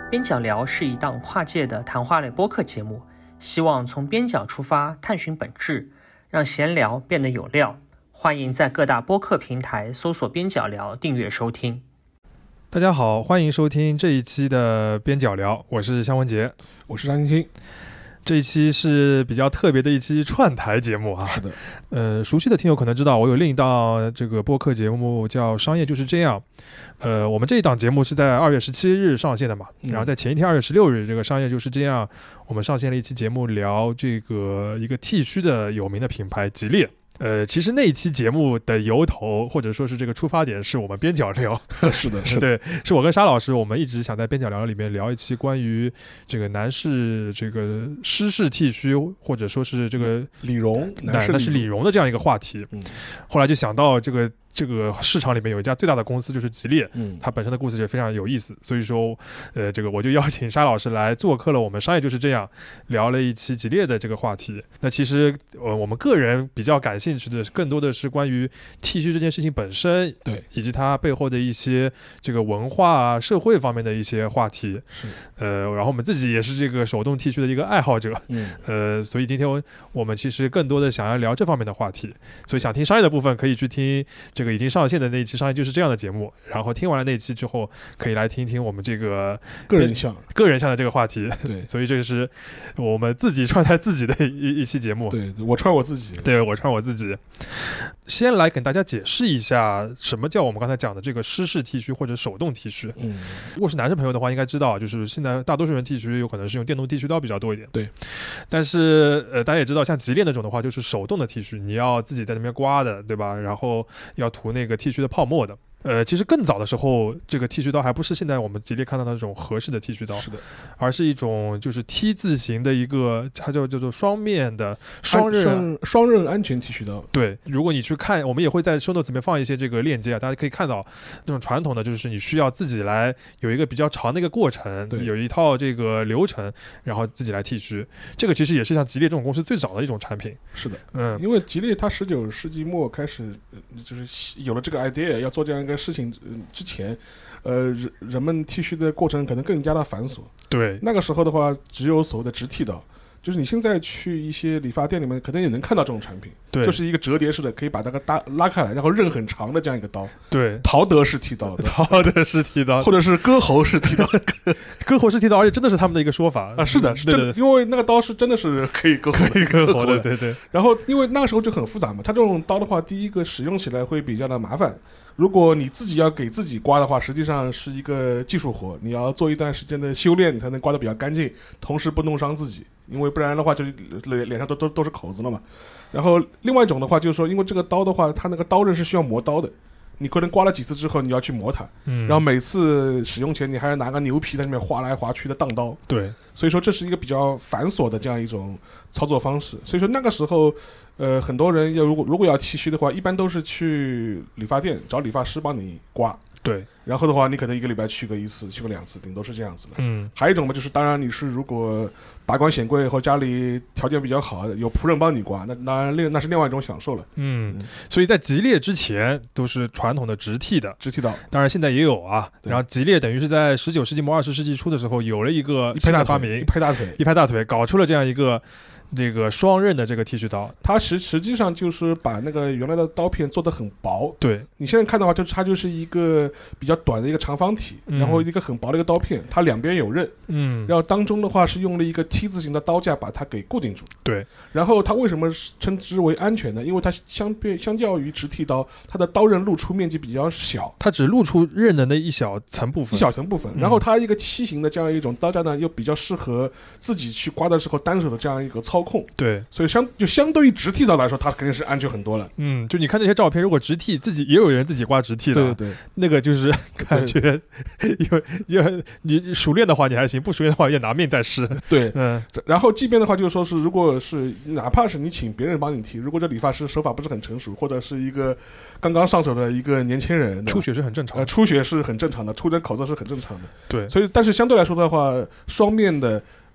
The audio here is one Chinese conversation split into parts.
边角聊是一档跨界的谈话类播客节目，希望从边角出发探寻本质，让闲聊变得有料。欢迎在各大播客平台搜索边角聊订阅收听。 大家好，欢迎收听这一期的边角聊，我是香文杰， 我是张青青。 这一期是比较特别的一期串台节目啊。 是的， 熟悉的听友可能知道，我有另一档这个播客节目叫《商业就是这样》。我们这一档节目是在2月17日上线的嘛，然后在前一天2月16日，这个《商业就是这样》我们上线了一期节目，聊这个一个剃须的有名的品牌吉列。其实那一期节目的由头或者说是这个出发点是我们边角聊。 是的，是的， 对，是我跟沙老师，我们一直想在边角聊里面聊一期关于这个男士这个湿式剃须，或者说是这个理容， 男士理容的这样一个话题。后来就想到这个市场里面有一家最大的公司就是吉列，它本身的故事也非常有意思，所以说这个我就邀请沙老师来做客了我们商业就是这样，聊了一期吉列的这个话题。那其实我们个人比较感兴趣的更多的是关于剃须这件事情本身，对，以及它背后的一些这个文化啊、社会方面的一些话题。然后我们自己也是这个手动剃须的一个爱好者，所以今天我们其实更多的想要聊这方面的话题，所以想听商业的部分可以去听这个已经上线的那一期商业就是这样的节目，然后听完了那一期之后可以来听听我们这个个人向的这个话题。对，所以这是我们自己串台自己的一期节目。 对，我串我自己。 对，我串我自己。先来跟大家解释一下什么叫我们刚才讲的这个湿式剃须或者手动剃须。如果是男生朋友的话应该知道，就是现在大多数人剃须有可能是用电动剃须刀比较多一点。 对， 但是大家也知道，像吉列那种的话就是手动的剃须，你要自己在那边刮的，对吧？然后要涂那个剃须的泡沫的。其实更早的时候，这个剃须刀还不是现在我们吉列看到的那种合适的剃须刀， 是的， 而是一种就是 T 字形的一个，它叫做双面的双刃安全剃须刀。 对，如果你去看，我们也会在 show notes 里面放一些这个链接啊，大家可以看到那种传统的就是你需要自己来有一个比较长的一个过程，有一套这个流程，然后自己来剃须。这个其实也是像吉列这种公司最早的一种产品。 是的，因为吉列它19世纪末开始就是有了这个 idea 要做这样一个事情之前，人们剃须的过程可能更加的繁琐。 对， 那个时候的话，只有所谓的直剃刀，就是你现在去一些理发店里面，可能也能看到这种产品。对，就是一个折叠式的，可以把那个拉开来，然后刃很长的这样一个刀。对，陶德式剃刀，或者是割喉式剃刀， 割喉式剃刀，而且真的是他们的一个说法啊。 是的，对，因为那个刀是真的是可以割喉的， 对。 然后因为那个时候就很复杂嘛，它这种刀的话，第一个使用起来会比较的麻烦。如果你自己要给自己刮的话，实际上是一个技术活，你要做一段时间的修炼，你才能刮得比较干净，同时不弄伤自己，因为不然的话就脸上都是口子了嘛。然后另外一种的话就是说，因为这个刀的话，它那个刀刃是需要磨刀的，你可能刮了几次之后你要去磨它，然后每次使用前你还要拿个牛皮在那边划来划去的荡刀。对，所以说这是一个比较繁琐的这样一种操作方式。所以说那个时候很多人如果要剃须的话，一般都是去理发店找理发师帮你刮。对，然后的话你可能一个礼拜去个1次去个2次，顶多是这样子的。还有一种嘛，就是当然你是如果达官显贵或家里条件比较好，有仆人帮你刮，那当然那是另外一种享受了。 所以在吉列之前都是传统的直剃刀，当然现在也有啊。然后吉列等于是在19世纪末20世纪初的时候有了一个新的发明，一拍大腿，搞出了这样一个这个双刃的这个剃须刀。它实际上就是把那个原来的刀片做得很薄。 对， 你现在看的话，它就是一个比较短的一个长方体，然后一个很薄的一个刀片，它两边有刃，然后当中的话是用了一个 T 字形的刀架把它给固定住。对，然后它为什么称之为安全呢？因为它相较于直剃刀，它的刀刃露出面积比较小， 它只露出刃的那一小层部分， 然后它一个梯形的这样一种刀架呢，又比较适合自己去刮的时候单手的这样一个操控。对，所以相对于直剃刀来说，它肯定是安全很多了。 就你看这些照片，如果直剃自己也有人自己刮直剃的，对，那个就是感觉你熟练的话你还行，不熟练的话也拿命在试。 对，然后即便的话就是说是，如果是哪怕是你请别人帮你剃，如果这理发师手法不是很成熟，或者是一个刚刚上手的一个年轻人， 出血是很正常的， 出血是很正常的，出点口子是很正常的。对，所以但是相对来说的话，双面的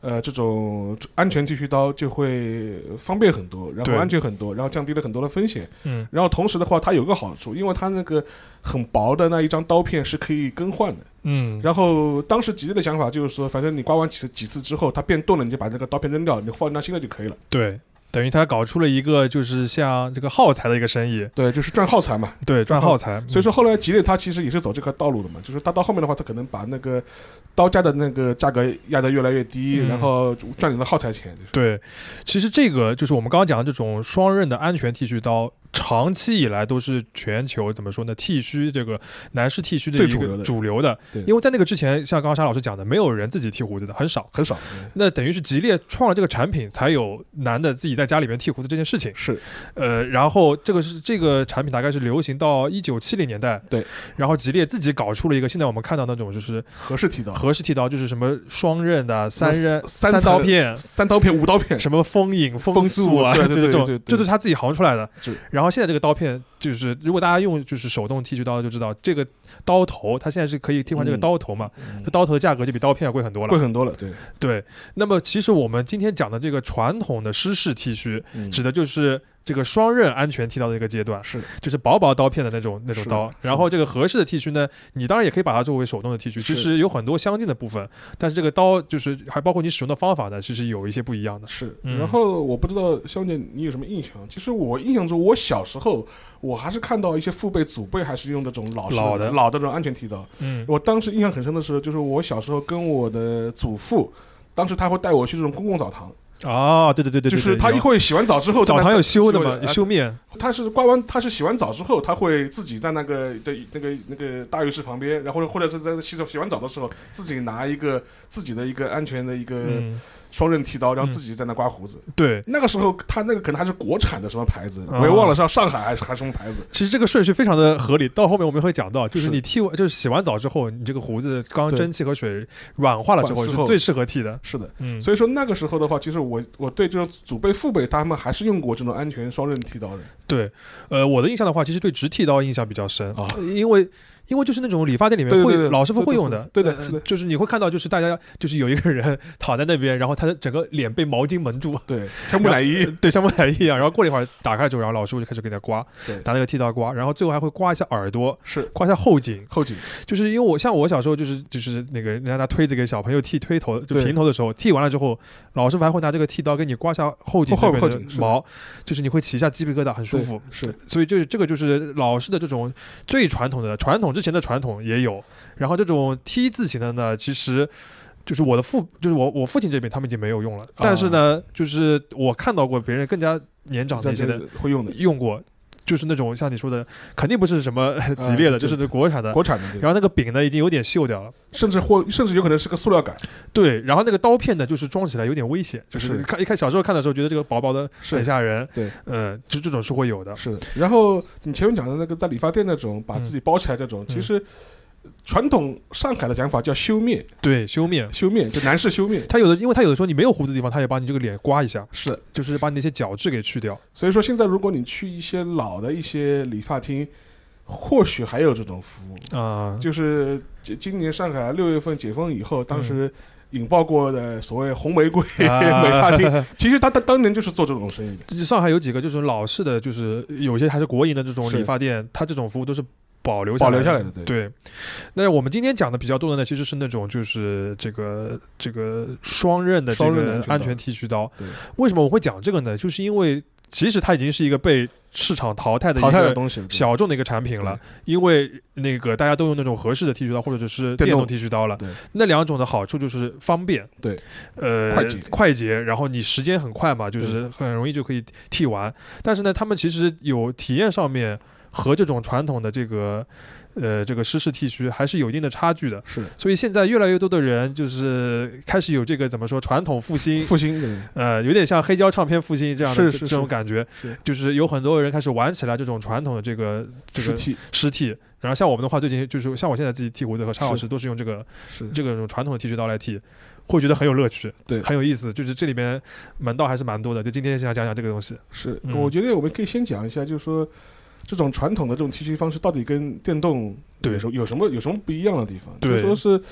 这种安全剃须刀就会方便很多，然后安全很多，然后降低了很多的风险。然后同时的话，它有个好处，因为它那个很薄的那一张刀片是可以更换的。然后当时吉列的想法就是说，反正你刮完几次之后，它变钝了，你就把这个刀片扔掉，你换一张新的就可以了。 对。等于他搞出了一个就是像这个耗材的一个生意， 对，就是赚耗材嘛， 对，赚耗材。 所以说后来吉列他其实也是走这个道路的嘛，就是他到后面的话，他可能把那个刀架的那个价格压得越来越低，然后赚你的耗材钱。 对，其实这个就是我们刚刚讲的这种双刃的安全剃须刀，长期以来都是全球怎么说呢？剃须这个男士剃须的一个主流的，因为在那个之前，像刚刚沙老师讲的，没有人自己剃胡子的，很少。那等于是吉列创了这个产品，才有男的自己在家里面剃胡子这件事情。 是， 然后这个产品大概是流行到1970年代。 对， 然后吉列自己搞出了一个现在我们看到那种就是合适剃刀就是什么双刃的、三刀片、 五刀片， 什么风影、风速啊， 对， 就是他自己行出来的。然后现在这个刀片就是如果大家用就是手动剃须刀就知道，这个刀头它现在是可以替换这个刀头嘛，这刀头的价格就比刀片要贵很多了，对。那么其实我们今天讲的这个传统的湿式剃须，指的就是这个双刃安全剃刀的一个阶段，就是薄薄刀片的那种刀。然后这个合适的剃须呢，你当然也可以把它作为手动的剃须，其实有很多相近的部分，但是这个刀就是还包括你使用的方法呢，其实有一些不一样的。 然后我不知道肖姐你有什么印象？其实我印象中，我小时候我还是看到一些父辈祖辈还是用这种老的这种安全剃刀。我当时印象很深的是，就是我小时候跟我的祖父，当时他会带我去这种公共澡堂。 对， 就是他一会洗完澡之后， 澡堂有修的嘛，有修面。 他是洗完澡之后，他会自己在那个大浴室旁边，然后或者是在洗完澡的时候，自己拿一个自己的一个安全的一个双刃剃刀，然后自己在那刮胡子。对，那个时候他那个可能还是国产的什么牌子，我也忘了是上海还是什么牌子。 其实这个顺序非常的合理，到后面我们会讲到，就是你就是洗完澡之后，你这个胡子刚蒸汽和水软化了之后是最适合剃的。 是的，所以说那个时候的话，其实我对这种祖辈父辈他们还是用过这种安全双刃剃刀的。 对，我的印象的话，其实对直剃刀印象比较深啊，因为就是那种理发店里面会老师傅会用的， 对的， 就是你会看到，就是大家就是有一个人躺在那边，然后他的整个脸被毛巾蒙住， 对，像木乃伊， 对，像木乃伊一样。然后过了一会儿打开之后，然后老师傅就开始给他刮，拿那个剃刀刮，然后最后还会刮一下耳朵，刮一下后颈，就是因为我小时候就是那个人家拿推子给小朋友剃推头就平头的时候，剃完了之后，老师傅还会拿这个剃刀给你刮下后颈那边的毛，就是你会起一下鸡皮疙瘩，很舒服。所以这个就是老式的这种最传统之前的传统也有，然后这种 T 字形的呢，其实就是我父亲这边他们已经没有用了，但是呢，就是我看到过别人更加年长的一些的会用过。就是那种像你说的，肯定不是什么吉列的，就是国产的。然后那个柄呢，已经有点锈掉了， 甚至有可能是个塑料杆。 对，然后那个刀片呢，就是装起来有点危险，就是一看小时候看的时候，觉得这个薄薄的很吓人。 对， 就这种是会有的。 是的。然后你前面讲的那个在理发店那种把自己包起来这种，其实。传统上海的讲法叫修面， 对，修面就男士修面。 因为他有的时候你没有胡子的地方，他也把你这个脸刮一下， 是， 就是把你那些角质给去掉。 所以说现在如果你去一些老的一些理发厅，或许还有这种服务啊。就是今年上海6月份解封以后，当时引爆过的所谓红玫瑰美发厅，其实他当年就是做这种生意的。 上海有几个就是老式的，就是有些还是国营的这种理发店，他这种服务都是。保留下来的，对。那我们今天讲的比较多的呢，其实是那种就是这个双刃的这个安全剃须刀。为什么我会讲这个呢？就是因为其实它已经是一个被市场淘汰的一个东西， 小众的一个产品了。因为那个大家都用那种合适的剃须刀或者是电动剃须刀了。那两种的好处就是方便， 对， 快捷，然后你时间很快嘛，就是很容易就可以剃完。但是呢，他们其实有体验上面。和这种传统的这个湿式剃须还是有一定的差距的， 是。 所以现在越来越多的人就是开始有这个怎么说传统复兴，有点像黑胶唱片复兴这样的这种感觉，就是有很多人开始玩起来这种传统的这个湿剃。然后像我们的话，最近就是像我现在自己剃胡子和沙老师都是用这个传统的剃须刀来剃，会觉得很有乐趣， 对， 很有意思。就是这里边门道还是蛮多的。就今天想讲讲这个东西。 是，我觉得我们可以先讲一下，就是说。这种传统的这种剃须方式到底跟电动有什么不一样的地方？就是说是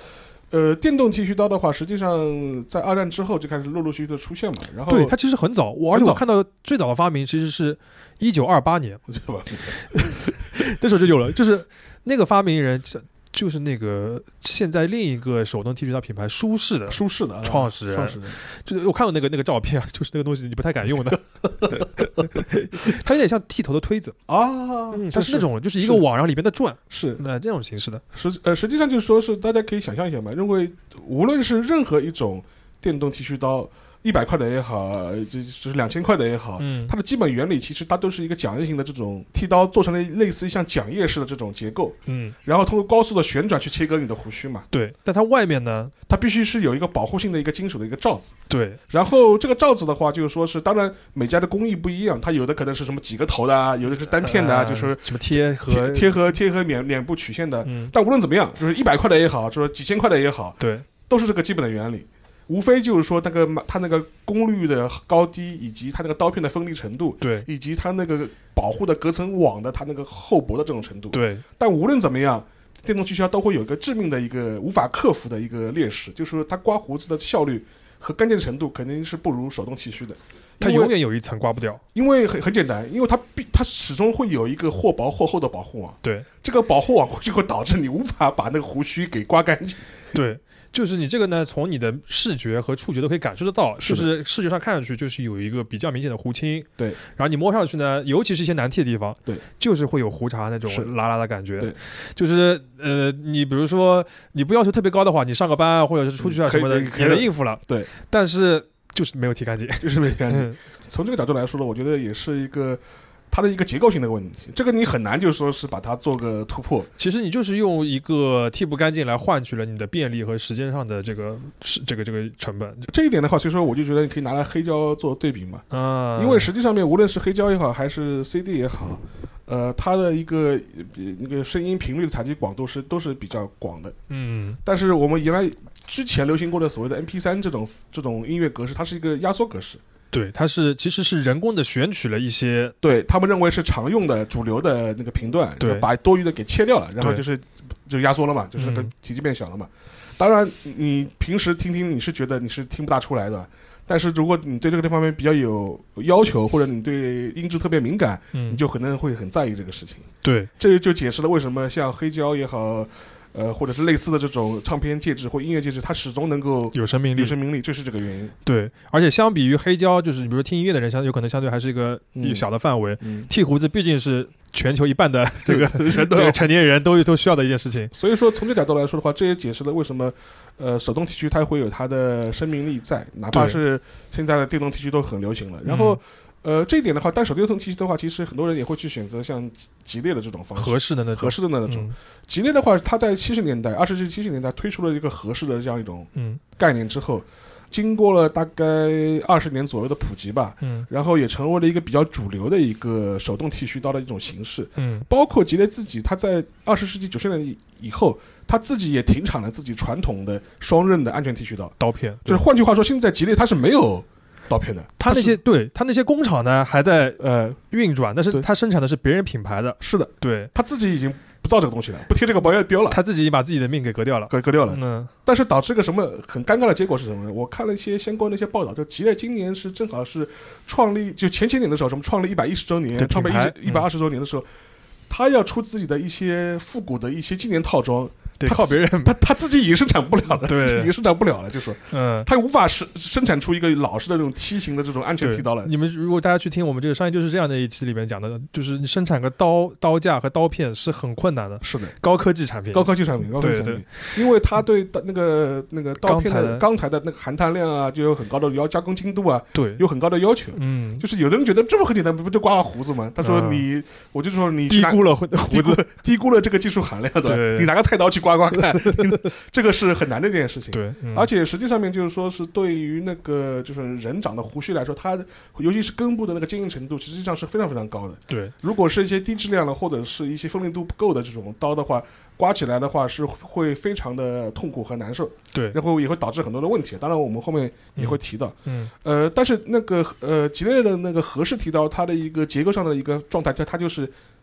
电动剃须刀的话，实际上在二战之后就开始陆陆续续的出现嘛。然后对，它其实很早，而且我看到最早的发明其实是1928年，那时候就有了，就是那个发明人就是那个现在另一个手动剃须刀品牌舒适的创始人，就是我看过那个照片，就是那个东西你不太敢用的，它有点像剃头的推子啊，它是那种就是一个网，然后里边的转， 是那这种形式的。 实际上就是说是大家可以想象一下嘛，因为无论是任何一种电动剃须刀。100块的也好，就是2000块的也好，它的基本原理其实它都是一个桨叶型的这种剃刀做成了类似于像桨叶式的这种结构，然后通过高速的旋转去切割你的胡须嘛。 对，但它外面呢， 它必须是有一个保护性的一个金属的一个罩子。 对， 然后这个罩子的话，就是说是当然每家的工艺不一样，它有的可能是什么几个头的啊，有的是单片的啊，就是什么贴合脸部曲线的。但无论怎么样，就是100块的也好，就是几千块的也好， 对， 都是这个基本的原理。无非就是说它那个功率的高低，以及它那个刀片的锋利程度， 对， 以及它那个保护的隔层网的它那个厚薄的这种程度， 对。 但无论怎么样，电动剃须刀都会有一个致命的一个无法克服的一个劣势，就是说它刮胡子的效率和干净程度肯定是不如手动剃须的。 它永远有一层刮不掉， 因为很简单，因为它始终会有一个或薄或厚的保护网， 对， 这个保护网就会导致你无法把那个胡须给刮干净， 对。就是你这个呢，从你的视觉和触觉都可以感受得到，就是视觉上看上去就是有一个比较明显的胡青， 对， 然后你摸上去呢，尤其是一些难剃的地方， 对， 就是会有胡茬那种拉拉的感觉， 对， 就是你比如说你不要求特别高的话，你上个班或者是出去啊什么的也能应付了， 对， 但是就是没有剃干净， 就是没有剃干净。从这个角度来说呢，我觉得也是一个。它的一个结构性的问题，这个你很难就说是把它做个突破。 其实你就是用一个剃不干净来换取了你的便利和时间上的这个成本。 这一点的话，所以说我就觉得你可以拿来黑胶做对比嘛。因为实际上面无论是黑胶也好，还是 CD 也好，它的一个那个声音频率的采集广度都是比较广的。但是我们之前流行过的所谓的 MP3 这种音乐格式，它是一个压缩格式。 对，它其实是人工的选取了一些， 对他们认为是常用的主流的那个频段，对，把多余的给切掉了，然后就压缩了嘛，就是体积变小了嘛。当然，你平时听你是觉得你是听不大出来的，但是如果你对这个方面比较有要求，或者你对音质特别敏感，你就可能会很在意这个事情。 对， 这就解释了为什么像黑胶也好。或者是类似的这种唱片介质或音乐介质，它始终能够有生命力， 就是这个原因。 对，而且相比于黑胶，就是你比如说听音乐的人，有可能相对还是一个小的范围。剃胡子毕竟是全球一半的这个成年人都需要的一件事情。 所以说，从这角度来说的话，这也解释了为什么手动剃须它会有它的生命力在，哪怕是现在的电动剃须都很流行了。然后。这一点的话，单手电动剃须的话，其实很多人也会去选择像吉列的这种方式， 合适的那种。吉列的话，它在20世纪70年代推出了一个合适的这样一种概念之后，经过了大概20年左右的普及吧，然后也成为了一个比较主流的一个手动剃须刀的一种形式。包括吉列自己，他在20世纪90年以后，他自己也停产了自己传统的双刃的安全剃须刀片，就是换句话说，现在吉列它是没有。刀片的， 他那些工厂呢还在运转，但是他生产的是别人品牌的， 是的， 对， 他自己已经不造这个东西了，不贴这个保验标了， 他自己已经把自己的命给割掉了。 但是导致个什么很尴尬的结果是什么呢？我看了一些相关的一些报道，就吉列今年是正好是创立，就前年的时候，什么创立110周年，创立120周年的时候，他要出自己的一些复古的一些纪念套装。 靠别人， 他自己已经生产不了了，自己已经生产不了了，就说，他无法生产出一个老式的这种梯形的这种安全剃刀了。 你们如果大家去听我们这个商业就是这样的一期里面讲的，就是你生产个刀架和刀片是很困难的， 是的， 高科技产品， 对，因为它对那个刀片的钢材的那个含碳量啊，就有很高的加工精度啊， 对， 有很高的要求。就是有的人觉得这么很简单，不就刮个胡子吗？他说我就说你低估了胡子， 低估了这个技术含量的，你拿个菜刀去刮看，这个是很难的一件事情。 对， 而且实际上面就是说是对于那个就是人长的胡须来说，它尤其是根部的那个坚硬程度，实际上是非常非常高的。 对， 如果是一些低质量的或者是一些锋利度不够的这种刀的话，刮起来的话是会非常的痛苦和难受。 对， 然后也会导致很多的问题。当然我们后面也会提到。但是那个吉列的那个合适剃刀，它的一个结构上的一个状态，它就是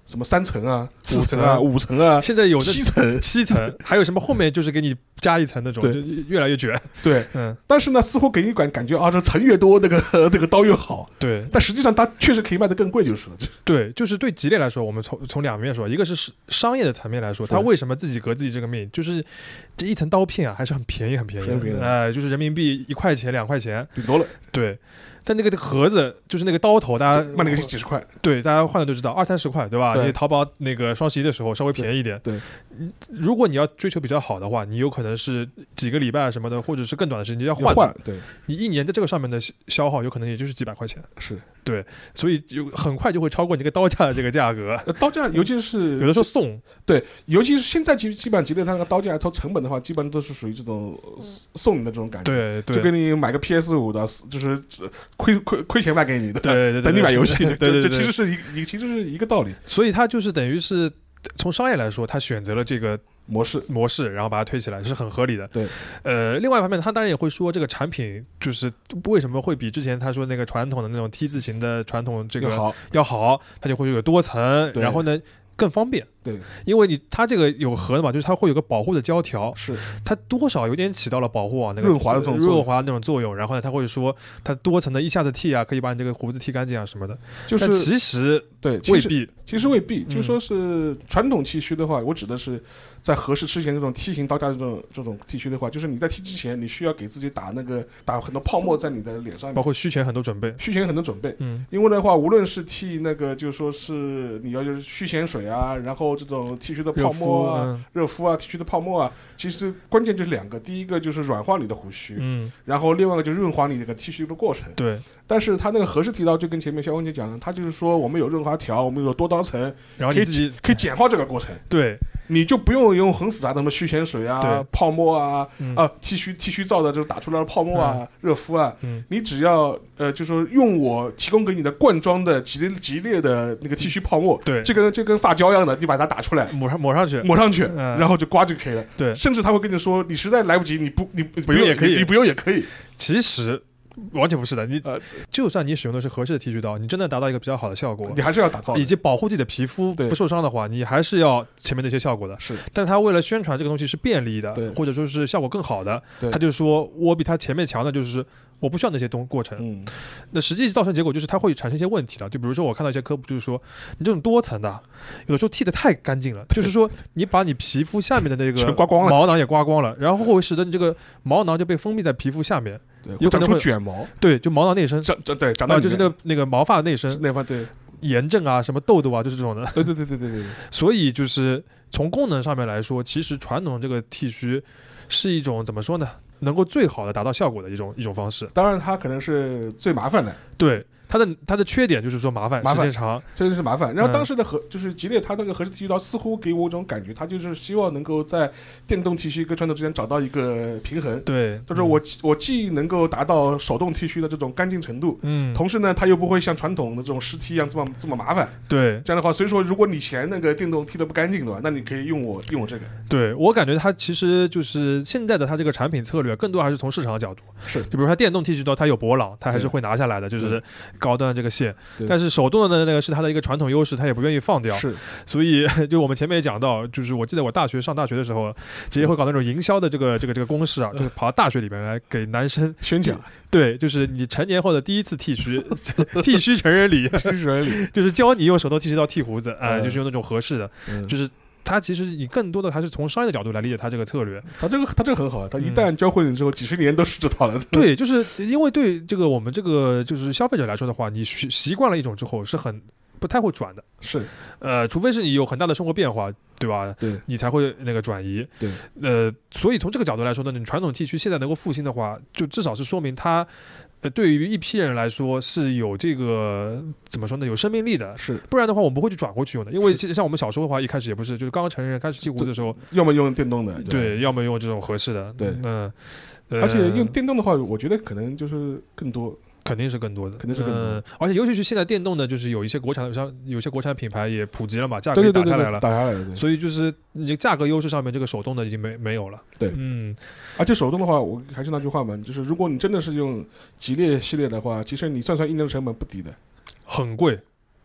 什么3层啊、4层啊、5层啊， 现在有 7层， 还有什么后面就是给你加一层那种，就越来越卷。 对，但是呢，似乎给你感觉啊，这层越多，这个刀越好。 对， 但实际上它确实可以卖得更贵，就是了。 对，就是对吉列来说，我们从两面说，一个是商业的层面来说，它为什么自己革自己这个命，就是这一层刀片啊，还是很便宜的，就是人民币1块钱2块钱， 顶多了。 对。但那个盒子就是那个刀头，大家卖那个几十块， 对，大家换的都知道，20-30块，对吧？你淘宝那个双11的时候稍微便宜一点。 对， 如果你要追求比较好的话，你有可能是几个礼拜什么的，或者是更短的时间要换。 对， 你1年在这个上面的消耗有可能也就是几百块钱。 是， 对，所以很快就会超过你这个刀价的这个价格。 刀价尤其是有的时候送， 对，尤其是现在基本上吉列它那个刀价投成本的话，基本上都是属于这种送你的这种感觉。 对， 就给你买个 PS5的，就是亏钱卖给你的， 对， 等你买游戏， 对， 这其实是一个道理。 所以它就是等于是从商业来说，它选择了这个模式，然后把它推起来是很合理的。 对， 另外一方面，他当然也会说这个产品就是为什么会比之前他说那个传统的那种 T 字形的传统这个要好，它就会有多层，然后呢更方便。 对， 因为它这个有盒的嘛，就是它会有个保护的胶条， 是它多少有点起到了保护网那个润滑的那种作用。然后呢，它会说它多层的一下子剃啊，可以把你这个胡子剃干净啊什么的。 就是其实对未必， 其实未必。就说是传统剃须的话，我指的是在合适之前这种梯形刀架这种剃须的话，就是你在剃之前，你需要给自己打很多泡沫在你的脸上面， 包括须前很多准备。 因为的话，无论是剃那个就说是你要就是须前水啊，然后这种剃须的泡沫啊、热敷啊、剃须的泡沫啊，其实关键就是2个，第一个就是软化你的胡须，然后另外一个就是润滑你这个剃须的过程。 对， 但是它那个合适剃刀就跟前面肖文杰讲了，它就是说我们有润滑条，我们有多刀层， 然后你自己可以简化这个过程。 对。 你就不用用很复杂的什么须前水啊、泡沫啊、剃须皂的就打出来的泡沫啊、热敷啊，你只要就说用我提供给你的罐装的吉列的那个剃须泡沫， 对， 就跟发胶一样的，你把它打出来，抹上去，然后就刮就可以了。 对， 甚至他会跟你说，你实在来不及，你不用也可以， 你不用也可以。 其实。完全不是的，你就算你使用的是合适的剃须刀，你真的达到一个比较好的效果， 你还是要打造的， 以及保护自己的皮肤不受伤的话，你还是要前面那些效果的。 是， 但他为了宣传这个东西是便利的，或者说是效果更好的，他就说我比他前面强的就是我不需要那些过程。那实际造成结果就是它会产生一些问题的，就比如说我看到一些科普就是说，你这种多层的，有的时候剃得太干净了，就是说你把你皮肤下面的那个刮光了， 毛囊也刮光了，然后会使得你这个毛囊就被封闭在皮肤下面。 有可能会卷毛， 对，就毛囊内生， 对，长到就是那个毛发内生， 对， 炎症啊，什么痘痘啊，就是这种的。 对。 所以就是从功能上面来说，其实传统这个剃须是一种怎么说呢？能够最好的达到效果的一种方式。 当然，它可能是最麻烦的。 对。它的缺点就是说麻烦，时间长， 真的是麻烦。然后当时的就是吉列，它那个合适剃须刀似乎给我一种感觉，它就是希望能够在电动剃须跟传统之间找到一个平衡。 对， 就是我既能够达到手动剃须的这种干净程度，同时呢，它又不会像传统的这种湿剃一样这么麻烦。 对， 这样的话，所以说如果你嫌那个电动剃得不干净的话，那你可以用我这个。 对，我感觉它其实就是现在的它这个产品策略，更多还是从市场的角度。 是， 就比如说它电动剃须刀，它有博朗，它还是会拿下来的，就是高端这个线。但是手动的那个是它的一个传统优势，它也不愿意放掉。 是， 所以就我们前面也讲到，就是我记得我上大学的时候，直接会搞那种营销的这个公式啊，就是跑到大学里面来给男生宣讲。 对，就是你成年后的第一次剃须，剃须成人礼，就是教你用手动剃须刀剃胡子啊，就是用那种合适的，就是。它其实你更多的还是从商业的角度来理解它这个策略。 它这个很好，它一旦教会你之后，几十年都是这套了。 对，就是因为对这个我们这个就是消费者来说的话，你习惯了一种之后是很不太会转的。 是， 除非是你有很大的生活变化，对吧？ 对， 你才会那个转移。 对， 所以从这个角度来说呢，你传统剃须现在能够复兴的话，就至少是说明它。对于一批人来说是有这个怎么说呢？有生命力的， 是， 不然的话我们不会去转过去用的。因为像我们小时候的话，一开始也不是，就是刚刚成人开始剃胡子的时候， 要么用电动的， 对，要么用这种合适的， 对，而且用电动的话，我觉得可能就是更多。 肯定是更多的，而且尤其是现在电动的，就是有一些国产品牌也普及了嘛，价格也打下来了，所以就是你价格优势上面，这个手动的已经没有了。 对，而且手动的话，我还是那句话嘛，就是如果你真的是用吉列系列的话，其实你算一年的成本不低的， 很贵。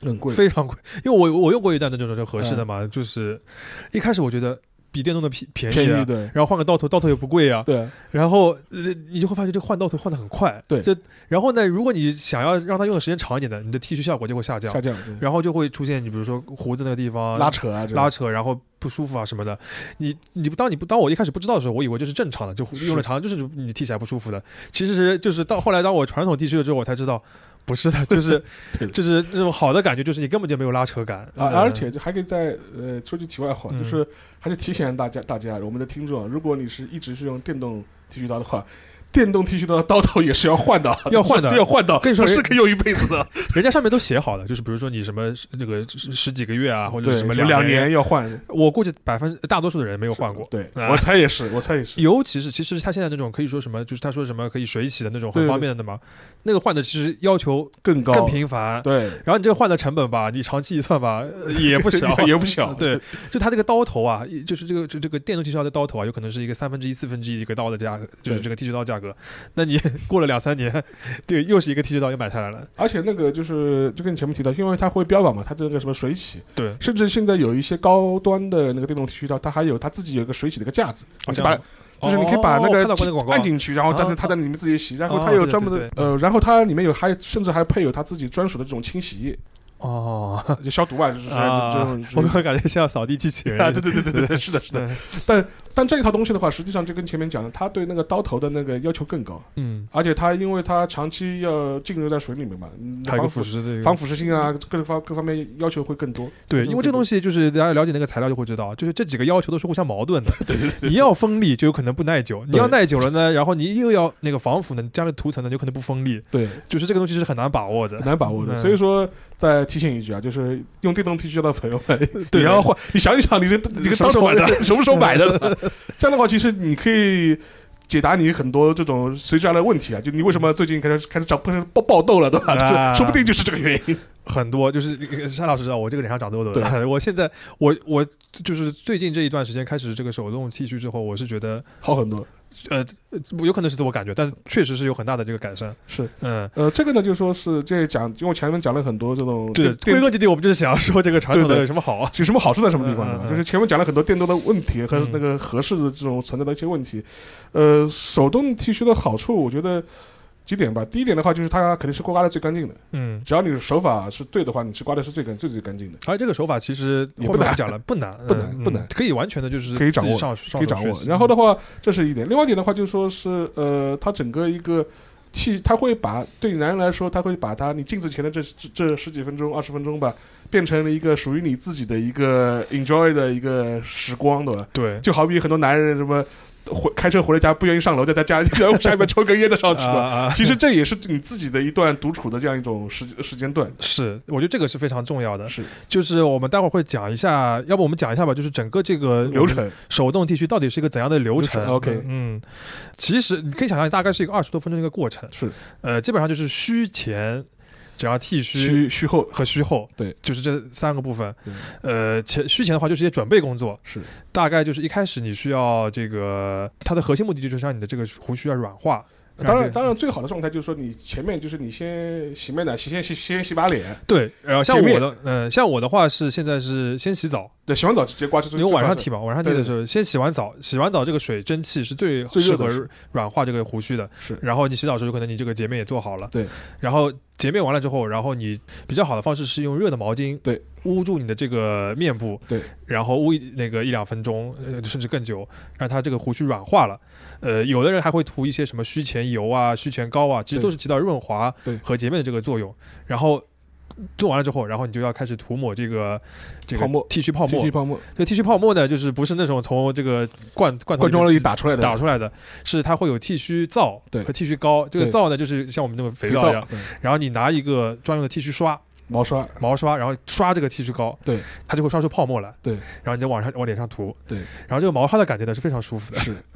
很贵， 非常贵。因为我用过一段的这种合适的嘛，就是一开始我觉得比电动的便宜啊， 对， 然后换个刀头也不贵啊， 对， 然后你就会发现这个换刀头换的很快， 对， 然后呢，如果你想要让它用的时间长一点的，你的剃须效果就会下降，然后就会出现你比如说胡子那个地方拉扯，然后不舒服啊什么的。当我一开始不知道的时候，我以为这是正常的，就用了长就是你剃起来不舒服的。其实就是到后来当我传统剃须了之后，我才知道。不是的，就是那种好的感觉，就是你根本就没有拉扯感啊！而且还可以再说句题外话，就是还是提醒大家我们的听众，如果你是一直是用电动剃须刀的话，电动剃须刀的刀头也是要换的， 要换的， 跟你说是可以用一辈子的。 人家上面都写好了，就是比如说你什么这个十几个月啊，或者什么 2年要换。 我估计大多数的人没有换过。 对，我猜也是。 尤其是其实他现在那种可以说什么，就是他说什么可以水洗的那种很方便的嘛，那个换的其实要求更高、 更频繁。 对， 然后你这个换的成本吧，你长期一算吧，也不小， 也不小。 对，就他这个刀头啊，就是这个电动剃须刀的刀头啊，有可能是一个1/3、1/4一个刀的价格，就是这个剃须刀价格。那你过了2-3年，对，又是一个剃须刀又买下来了。 而且那个就跟你前面提到，因为它会标榜嘛，它这个什么水洗， 对， 甚至现在有一些高端的那个电动剃须刀，它还有它自己有一个水洗的一个架子，就是你可以把那个按进去，然后它在里面自己洗，然后它有专门的然后它里面甚至还配有它自己专属的这种清洗液。就消毒啊，就是我感觉像扫地机器人啊！ 对，是的。但这一套东西的话，实际上就跟前面讲的，它对那个刀头的那个要求更高。而且它因为它长期要浸入在水里面嘛，防腐蚀性啊，各方面要求会更多。 对，因为这个东西就是大家了解那个材料就会知道，就是这几个要求都是互相矛盾的。 对， 你要锋利就有可能不耐久，你要耐久了呢，然后你又要那个防腐呢，加了涂层呢，有可能不锋利。 对， 就是这个东西是很难把握的， 所以说。再提醒一句啊，就是用电动剃须刀的朋友们，你要换，你想一想，你这个什么时候买的？ 什么时候买的？这样的话，其实你可以解答你很多这种随之而来的问题啊。就你为什么最近开始爆痘了，对吧？就是说不定就是这个原因。 很多就是沙老师知道我这个脸上长痘痘的，我现在我就是最近这一段时间开始这个手动剃须之后，我是觉得好很多。 有可能是自我感觉，但确实是有很大的这个改善。 是，这个呢，就说是这讲，因为我前面讲了很多这种， 对，归根结底，我们就是想要说这个传统的有什么好啊？ 有什么好处在什么地方呢？就是前面讲了很多电动的问题和那个合适的这种存在的一些问题。手动剃须的好处，我觉得几点吧。第一点的话，就是它肯定是刮的最干净的。只要你手法是对的话，你是刮的是最干净的。 而这个手法其实后面讲了不难，可以完全的就是可以掌握，然后的话，这是一点。另外一点的话，就说是它整个一个它会把对你男人来说，它会把你镜子前的这10几分钟、20分钟吧，变成了一个属于你自己的一个 enjoy 的一个时光，对吧？ 对， 就好比很多男人什么。开车回了家不愿意上楼，在家下面抽根烟再上去的。其实这也是你自己的一段独处的这样一种时间段。 是，我觉得这个是非常重要的。 是， 就是我们待会儿会讲一下，要不我们讲一下吧，就是整个这个流程， 手动剃须到底是一个怎样的流程 ？OK， 其实你可以想象，大概是一个20多分钟的一个过程。 是， 基本上就是须前。只要剃须后和须后， 对， 就是这3个部分。须前的话就是一些准备工作， 是大概就是一开始你需要这个，它的核心目的就是让你的这个胡须要软化。 当然，最好的状态就是说，你前面就是你先洗面奶，先洗把脸。 对，像我的话是现在是先洗澡。 对，洗完澡直接刮就。 因为晚上剃嘛，晚上剃的时候先洗完澡，洗完澡这个水蒸气是最适合软化这个胡须的。 是。 然后你洗澡的时候，有可能你这个洁面也做好了。 对。然后洁面完了之后，然后你比较好的方式是用热的毛巾。 对。 捂住你的这个面部。 对。 然后捂那个1-2分钟，甚至更久，让它这个胡须软化了。有的人还会涂一些什么须前油啊、须前膏啊，其实都是起到润滑和洁面的这个作用。然后做完了之后，然后你就要开始涂抹这个泡沫剃须泡沫。 这个剃须泡沫呢，就是不是那种从这个罐装里打出来的， 是它会有剃须皂和剃须膏。这个皂呢，就是像我们那种肥皂一样。然后你拿一个专用的剃须刷。毛刷，然后刷这个剃须膏， 对， 它就会刷出泡沫来， 对， 然后你就往脸上涂， 对， 然后这个毛刷的感觉呢是非常舒服的， 是，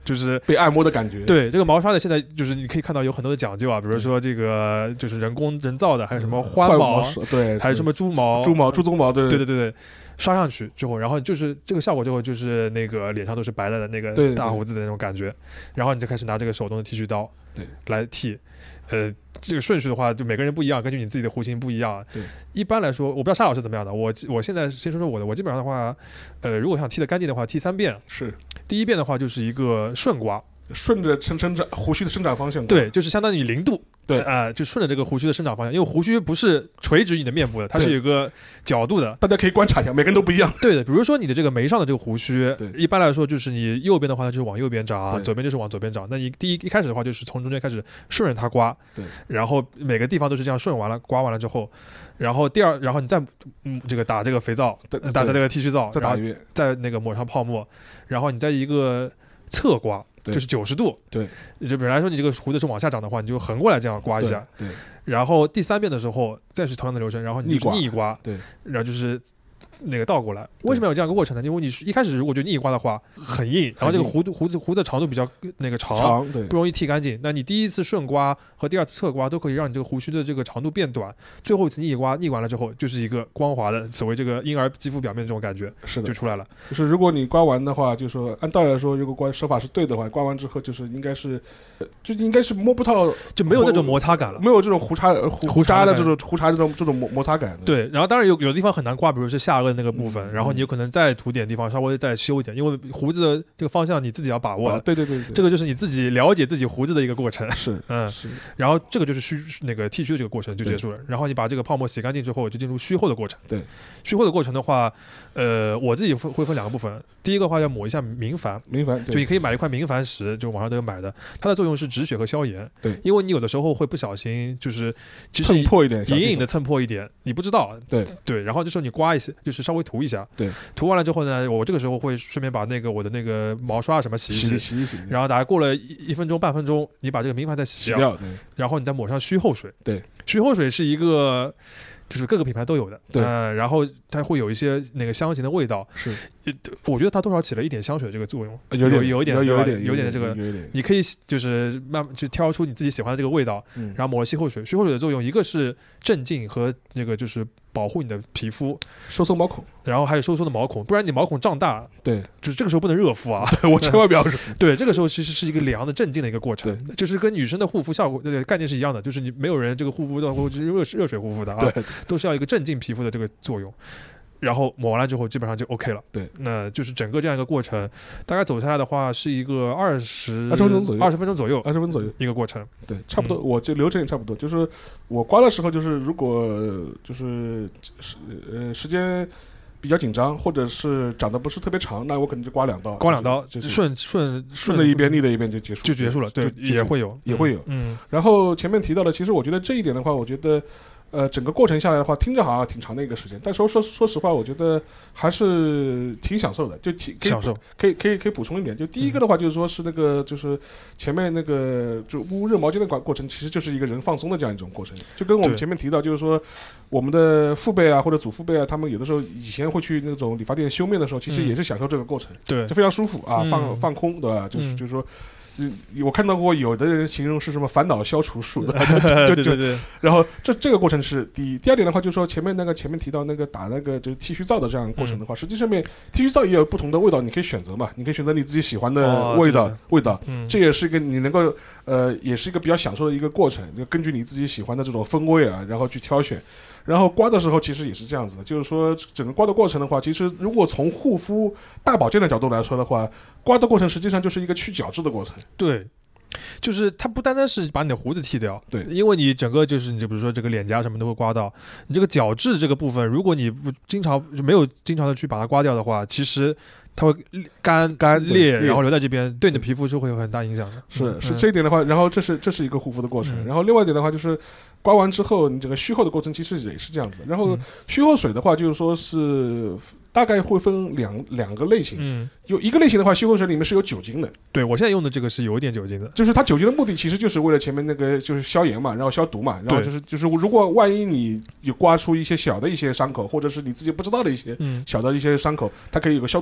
就是被按摩的感觉。 对，这个毛刷的现在就是你可以看到有很多的讲究啊，比如说这个就是人造的，还有什么獾毛， 对， 还有什么猪毛、 猪鬃毛， 对，刷上去之后，然后就是这个效果之后，就是那个脸上都是白的那个大胡子的那种感觉，然后你就开始拿这个手动的剃须刀来剃，这个顺序的话，就每个人不一样，根据你自己的弧形不一样。 对， 一般来说，我不知道沙老师怎么样的。我现在先说说我的，我基本上的话，如果想剃得干净的话，剃3遍。 是， 第1遍的话就是一个顺刮， 顺着生长胡须的生长方向。 对，就是相当于0度。 对就顺着这个胡须的生长方向，因为胡须不是垂直于你的面部的，它是有个角度的。 大家可以观察一下，每个人都不一样。 对的，比如说你的这个眉上的这个胡须， 对， 一般来说就是你右边的话，它就是往右边长，左边就是往左边长。那你一开始的话，就是从中间开始顺着它刮， 对， 然后每个地方都是这样顺完了，刮完了之后，然后然后你再这个打这个肥皂，打这个剃须皂， 再打一遍， 再那个抹上泡沫，然后你再一个侧刮。就是90度， 对， 就本来说你这个胡子是往下长的话，你就横过来这样刮一下， 对， 然后第3遍的时候再是同样的流程，然后你逆刮， 对， 然后就是那个倒过来。为什么有这样一个过程呢？因为你一开始如果就逆刮的话很硬，然后这个胡子长度比较那个长， 对， 不容易剃干净。那你第一次顺刮和第2次侧刮都可以让你这个胡须的这个长度变短，最后一次逆完了之后就是一个光滑的所谓这个婴儿肌肤表面这种感觉， 是的， 就出来了。 就是如果你刮完的话，就是说按道理来说，如果手法是对的话，刮完之后就是应该是摸不到， 就没有那种摩擦感了， 没有这种胡茬的这种摩擦感。 对，然后当然有的地方很难刮，比如是下颚那个部分，然后你有可能再涂点地方稍微再修一点，因为胡子的这个方向你自己要把握。 对， 这个就是你自己了解自己胡子的一个过程。 是， 然后这个就是那个剃须的这个过程就结束了。然后你把这个泡沫洗干净之后，就进入须后的过程。 对， 须后的过程的话，我自己会分2个部分。第一个话要抹一下明矾，就你可以买一块明矾石，就网上都有买的，它的作用是止血和消炎。 对， 因为你有的时候会不小心就是蹭破一点， 隐隐的蹭破一点，你不知道。对，然后这时候你刮一下，就是稍微涂一下。 对， 涂完了之后呢，我这个时候会顺便把我的那个毛刷什么洗一洗，然后大概过了1分钟半分钟，你把这个明矾再洗掉，然后你再抹上须后水。 对， 须后水是一个就是各个品牌都有的， 对， 然后它会有一些那个香型的味道， 是， 我觉得它多少起了一点香水的这个作用， 有点的这个，你可以就是慢慢就挑出你自己喜欢的这个味道，然后抹了须后水。须后水的作用一个是镇静和那个就是保护你的皮肤， 收缩毛孔， 然后还有收缩的毛孔，不然你毛孔胀大， 对， 就是这个时候不能热敷啊， 对我千万不要热敷。 对，这个时候其实是一个凉的镇静的一个过程，就是跟女生的护肤效果概念是一样的，就是你没有人这个护肤的或者热水护肤的啊， 对， 都是要一个镇静皮肤的这个作用。然后抹完了之后基本上就 OK 了。 对， 那就是整个这样一个过程，大概走下来的话是一个20分钟左右一个过程。 对，差不多，我这流程也差不多。就是我刮的时候，就是如果就是时间比较紧张，或者是长得不是特别长，那我可能就刮2刀， 就是顺的一边逆的一边就结束了。对，也会有。 然后前面提到的，其实我觉得这一点的话，我觉得。整个过程下来的话，听着好像挺长的一个时间，但说实话，我觉得还是挺享受的，就享受。 可以补充一点，就第一个的话，就是说是那个就是前面那个就捂热毛巾的过程，其实就是一个人放松的这样一种过程，就跟我们前面提到，就是说我们的父辈啊或者祖父辈啊，他们有的时候以前会去那种理发店修面的时候，其实也是享受这个过程， 对， 就非常舒服啊，放空，对吧？就是说。我看到过有的人形容是什么烦恼消除术的， 对， 然后这个过程是第一。第二点的话，就是说前面提到那个打那个就是剃须皂的这样过程的话，实际上面剃须皂也有不同的味道，你可以选择嘛，你可以选择你自己喜欢的味道，这也是一个你能够也是一个比较享受的一个过程，就根据你自己喜欢的这种风味啊，然后去挑选。然后刮的时候其实也是这样子的，就是说整个刮的过程的话，其实如果从护肤大保健的角度来说的话，刮的过程实际上就是一个去角质的过程。 对，就是它不单单是把你的胡子剃掉， 对， 因为你整个就是你就比如说这个脸颊什么都会刮到，你这个角质这个部分，如果你不没有经常的去把它刮掉的话，其实它会干裂，然后留在这边，对你的皮肤是会有很大影响的。 是这一点的话，然后这是一个护肤的过程，然后另外一点的话就是刮完之后，你整个须后的过程其实也是这样子。然后须后水的话，就是说是大概会分两个类型，有一个类型的话，须后水里面是有酒精的。 对，我现在用的这个是有一点酒精的， 就是它酒精的目的其实就是为了前面那个就是消炎嘛，然后消毒嘛，然后就是如果万一你有刮出一些小的一些伤口，或者是你自己不知道的一些小的一些伤口，它可以有个消毒的过程。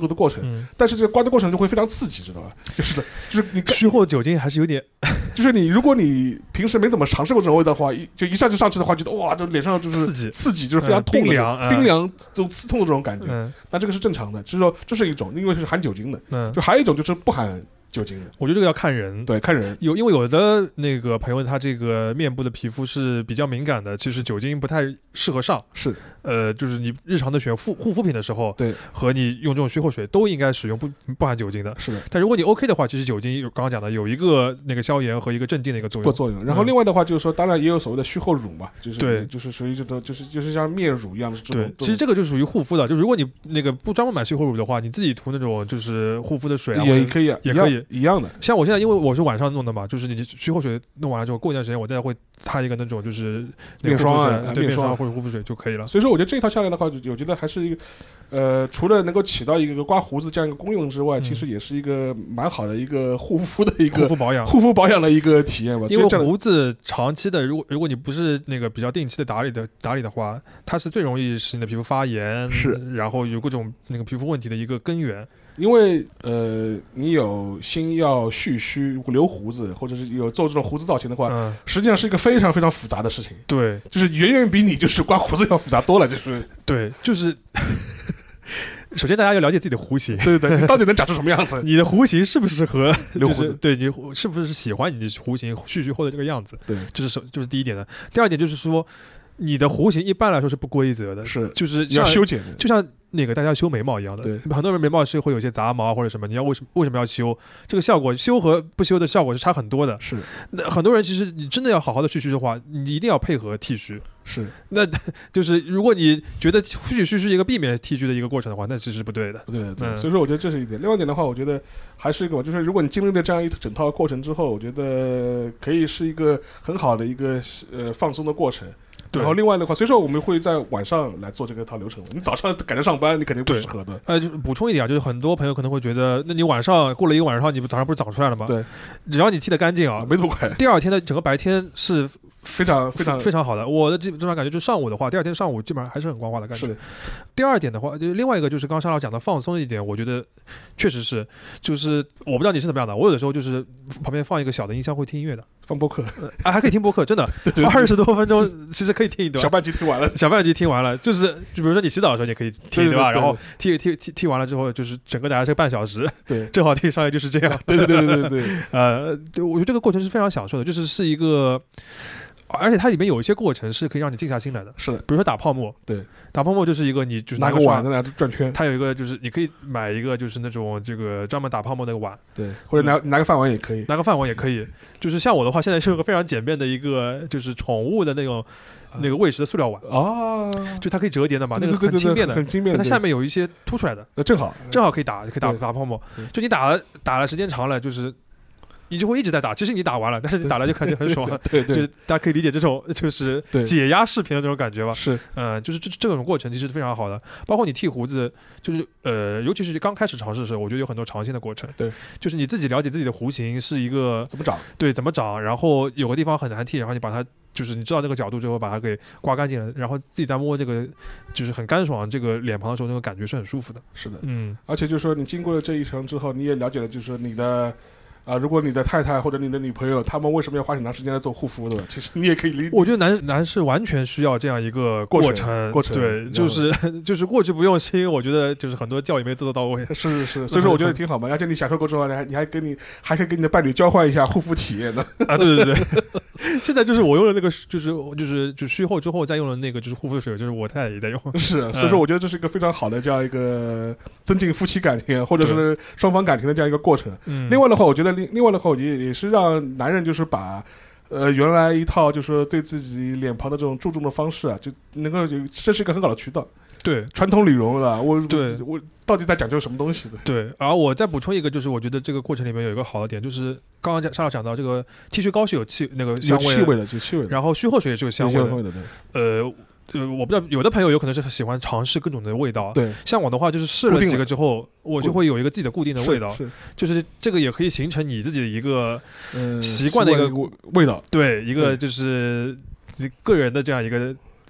但是这个刮的过程就会非常刺激，知道吧？就是你虚后酒精还是有点， 就是如果你平时没怎么尝试过这种味道的话，就一下就上去的话，觉得哇，这脸上就是刺激，就是非常痛的冰凉这种刺痛的这种感觉。那这个是正常的，就是说这是一种，因为是含酒精的。就还有一种就是不含酒精的。 我觉得这个要看人， 对，看人。 因为有的那个朋友他这个面部的皮肤是比较敏感的，其实酒精不太适合上。 是， 就是你日常的选护肤品的时候， 对， 和你用这种虚后水都应该使用不含酒精的。 是的。 但如果你 OK 的话，其实酒精刚刚讲的有一个那个消炎和一个镇静的一个作用。 然后另外的话就是说，当然也有所谓的虚后乳嘛，就是属于这种就是像面乳一样的这种。 对，其实这个就属于护肤的。就如果你那个不专门买虚后乳的话，你自己涂那种就是护肤的水啊， 也可以， 也可以一样的。 像我现在因为我是晚上弄的嘛，就是你虚后水弄完了之后，过一段时间我再会踏一个那种就是面霜面霜或者护肤水就可以了。 所以说我觉得这一套下来的话，我觉得还是一个除了能够起到一个刮胡子这样一个功用之外，其实也是一个蛮好的一个护肤的一个护肤保养的一个体验吧。 因为胡子长期的，如果你不是那个比较定期的打理的话，它是最容易使你的皮肤发炎，然后有各种那个皮肤问题的一个根源。 因为你有心要蓄须留胡子，或者是有做这种胡子造型的话，实际上是一个非常非常复杂的事情。 对， 就是远远比你就是刮胡子要复杂多了。 对，就是首先大家要了解自己的弧形， 对，你到底能长出什么样子？ 你的弧形适不适合留胡子？ 对，你是不是喜欢你的弧形蓄须后的这个样子？ 对， 这是第一点的。第二点就是说，你的弧形一般来说是不规则的，就是要修剪的， 就像那个大家修眉毛一样的。 对， 很多人眉毛是会有些杂毛或者什么，你要为什么要修？这个效果修和不修的效果是差很多的。 是， 那很多人其实你真的要好好的蓄须的话，你一定要配合剃须。 是， 那就是如果你觉得蓄须是一个避免剃须的一个过程的话，那其实是不对的。 对，所以说我觉得这是一点。另外一点的话，我觉得还是一个，就是如果你经历了这样一整套过程之后，我觉得可以是一个很好的一个放松的过程。然后另外的话，所以说我们会在晚上来做这个套流程。你早上赶着上班，你肯定不适合的。 就是补充一点，就是很多朋友可能会觉得，那你晚上过了一个晚上，你早上不是长出来了吗？ 对， 只要你剃得干净啊， 没这么快。 第二天的整个白天是非常好的。我的基本上感觉，就上午的话，第二天上午基本上还是很光滑的感觉。 是的。 第二点的话，就另外一个就是刚刚沙老讲的放松一点，我觉得确实是，就是我不知道你是怎么样的，我有的时候就是旁边放一个小的音箱会听音乐的。 放播客还可以听播客，真的，20多分钟其实可以听一段。 小半集听完了， 就比如说你洗澡的时候你可以听，对吧？然后听完了之后，就是整个大概是半小时， 对， 正好听上来就是这样。 对， 我觉得这个过程是非常享受的，是一个。而且它里面有一些过程是可以让你静下心来的， 是的。 比如说打泡沫， 对， 打泡沫就是一个你就是拿个碗在那转圈， 它有一个就是你可以买一个就是那种这个专门打泡沫的碗， 对，或者拿个饭碗也可以， 就是像我的话，现在是有个非常简便的一个就是宠物的那种那个喂食的塑料碗哦， 就它可以折叠的嘛，那个很轻便的， 很轻便， 它下面有一些凸出来的， 正好可以打泡沫，就你打了时间长了就是。你就会一直在打，其实你打完了，但是你打了就感觉很爽。 对， 就是大家可以理解这种就是解压视频的那种感觉吧。 是， 就是这种过程其实非常好的。包括你剃胡子，就是尤其是刚开始尝试的时候，我觉得有很多尝鲜的过程。 对， 就是你自己了解自己的弧形是一个怎么长， 对，怎么长，然后有个地方很难剃，然后你把它就是你知道那个角度之后把它给刮干净了，然后自己在摸这个就是很干爽这个脸庞的时候，那个感觉是很舒服的。 是的，而且就是说你经过了这一程之后，你也了解了就是你的。如果你的太太或者你的女朋友，他们为什么要花很长时间来做护肤的？其实你也可以理解。 我觉得男士完全需要这样一个过程，对，就是过去不用心，我觉得就是很多教育没做得到位。 是，所以说我觉得挺好嘛。而且你享受过之后，你还可以跟你的伴侣交换一下护肤体验呢。 对。现在就是我用的那个，就虚后之后再用的那个，就是护肤水，就是我太太也在用。 是，所以说我觉得这是一个非常好的这样一个增进夫妻感情或者是双方感情的这样一个过程。另外的话，我觉得。另外的话，也是让男人就是把，原来一套就是说对自己脸庞的这种注重的方式啊，就能够这是一个很好的渠道。 对， 传统理容啊，我到底在讲究什么东西的？ 对，而我再补充一个，就是我觉得这个过程里面有一个好的点，就是刚刚沙老讲到这个剃须膏是有那个香味有气味的，就气味的， 然后虚后水也是有香味的， 我不知道有的朋友有可能是喜欢尝试各种的味道， 对， 像我的话就是试了几个之后，我就会有一个自己的固定的味道，就是这个也可以形成你自己的一个习惯的一个味道， 对，一个就是你个人的这样一个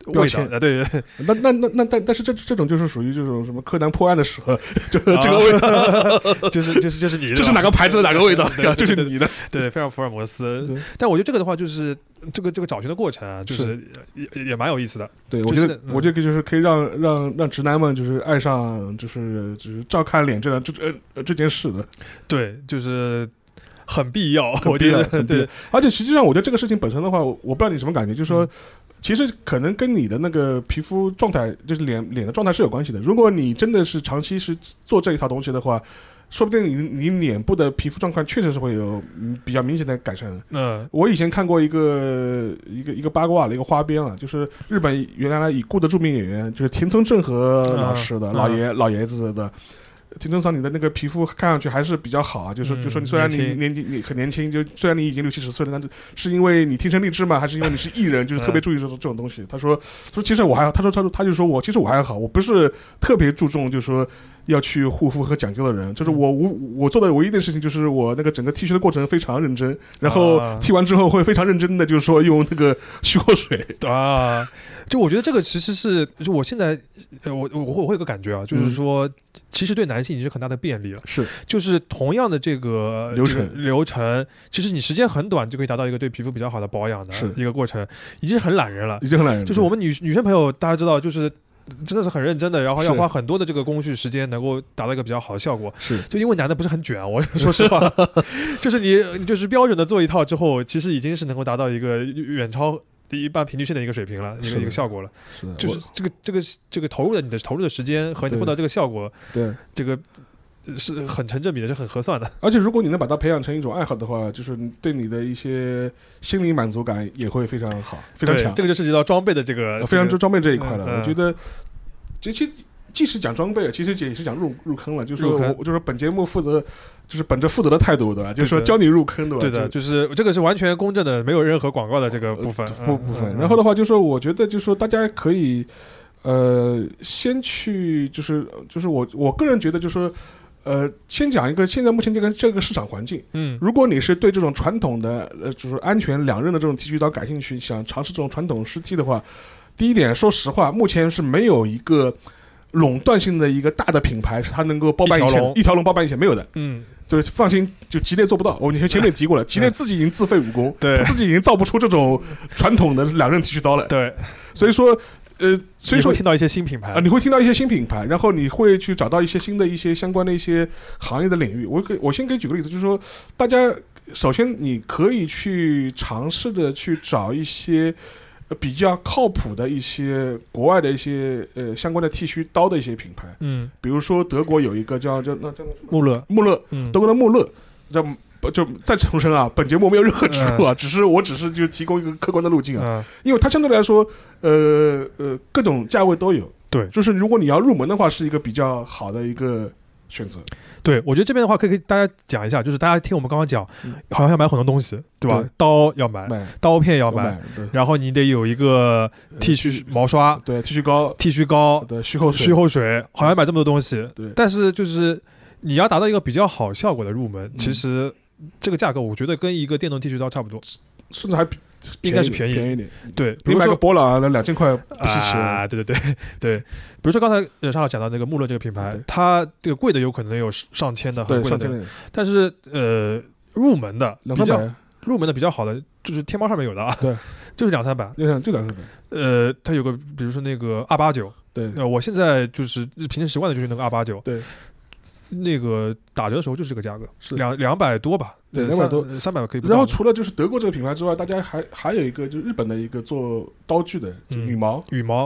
味道的，对对。 但是这种就是属于这种什么柯南破案的时候，就这个味道， 就是你的， 这是哪个牌子的哪个味道，就是你的， 对，非常福尔摩斯。但我觉得这个的话，就是这个找寻的过程啊，就是也蛮有意思的。 对，我觉得就是可以让直男们就是爱上就是照看脸这件事的。 对，就是很必要，我觉得对。 而且实际上，我觉得这个事情本身的话，我不知道你什么感觉，就是说。其实可能跟你的那个皮肤状态，就是脸的状态是有关系的。如果你真的是长期是做这一套东西的话，说不定你脸部的皮肤状况确实是会有比较明显的改善。我以前看过一个八卦的一个花边啊，就是日本原来已故的著名演员，就是田村正和老师的老爷子的。田村桑，你的那个皮肤看上去还是比较好啊，就说你虽然你很年轻，就虽然你已经60-70岁了，但是因为你天生丽质吗？还是因为你是艺人，就是特别注意这种东西？他说其实我还好，他就说其实我还好，我不是特别注重就是说要去护肤和讲究的人，就是我做的唯一的事情就是我那个整个剃须的过程非常认真，然后剃完之后会非常认真的就是说用那个蓄口水啊。就我觉得这个其实是，就我现在我会有个感觉啊，就是说，其实对男性已经是很大的便利了。 是， 就是同样的这个流程，其实你时间很短就可以达到一个对皮肤比较好的保养的一个过程，已经是很懒人了。就是我们女生朋友，大家知道，就是真的是很认真的，然后要花很多的这个工序时间，能够达到一个比较好的效果。 是， 就因为男的不是很卷，我说实话，就是你就是标准的做一套之后，其实已经是能够达到一个远超一般平均线的一个水平了，一个效果了。就是这个投入的时间和你获得这个效果， 对这个是很成正比的，是很合算的。 而且如果你能把它培养成一种爱好的话，就是对你的一些心理满足感也会非常好，非常强。 这个就涉及到装备的这个非常装备这一块了。我觉得这些既是讲装备，其实也是讲入坑了。就是说本节目负责。就是本着负责的态度，对吧？就是说教你入坑，对吧？ 对的，就是这个是完全公正的，没有任何广告的这个部分。 然后的话，就是说，我觉得就是说，大家可以先去，就是我个人觉得，就是说先讲一个现在目前这个市场环境。如果你是对这种传统的就是安全两刃的这种剃须刀感兴趣，想尝试这种传统湿剃的话，第一点，说实话，目前是没有一个垄断性的一个大的品牌，它能够包办一条龙包办一切，没有的。就是放心，就吉列做不到。我前面也提过了，吉列自己已经自废武功，他自己已经造不出这种传统的两刃剃须刀了。 对， 所以说你会听到一些新品牌你会听到一些新品牌，然后你会去找到一些新的一些相关的一些行业的领域。我先给举个例子，就是说，大家首先你可以去尝试的去找一些比较靠谱的一些国外的一些相关的剃须刀的一些品牌，比如说德国有一个叫穆勒， 德国的穆勒，就再重申啊，本节目没有任何植入啊，我只是就提供一个客观的路径啊，因为它相对来说各种价位都有， 对， 就是如果你要入门的话，是一个比较好的一个选择。 对，我觉得这边的话可以给大家讲一下，就是大家听我们刚刚讲，好像要买很多东西，对吧？刀要买，刀片要买，然后你得有一个剃须毛刷， 对，剃须膏，对，蓄口水，好像买这么多东西。对，但是就是你要达到一个比较好效果的入门，其实这个价格我觉得跟一个电动剃须刀差不多， 甚至还应该是便宜一点。 对， 比如买个博朗2000块不稀奇啊！对，比如说刚才沙老讲到那个穆勒这个品牌，它这个贵的有可能有上千的，很贵的，但是入门的比较好的就是天猫上面有的啊， 对， 就是200-300， 就200。 它有个比如说那个289，对，我现在就是平时习惯的就是那个289， 对。 那个打折的时候就是这个价格，是200多吧， 对，200多 ，300可以不到。 然后除了就是德国这个品牌之外，大家还有一个就是日本的一个做刀具的，羽毛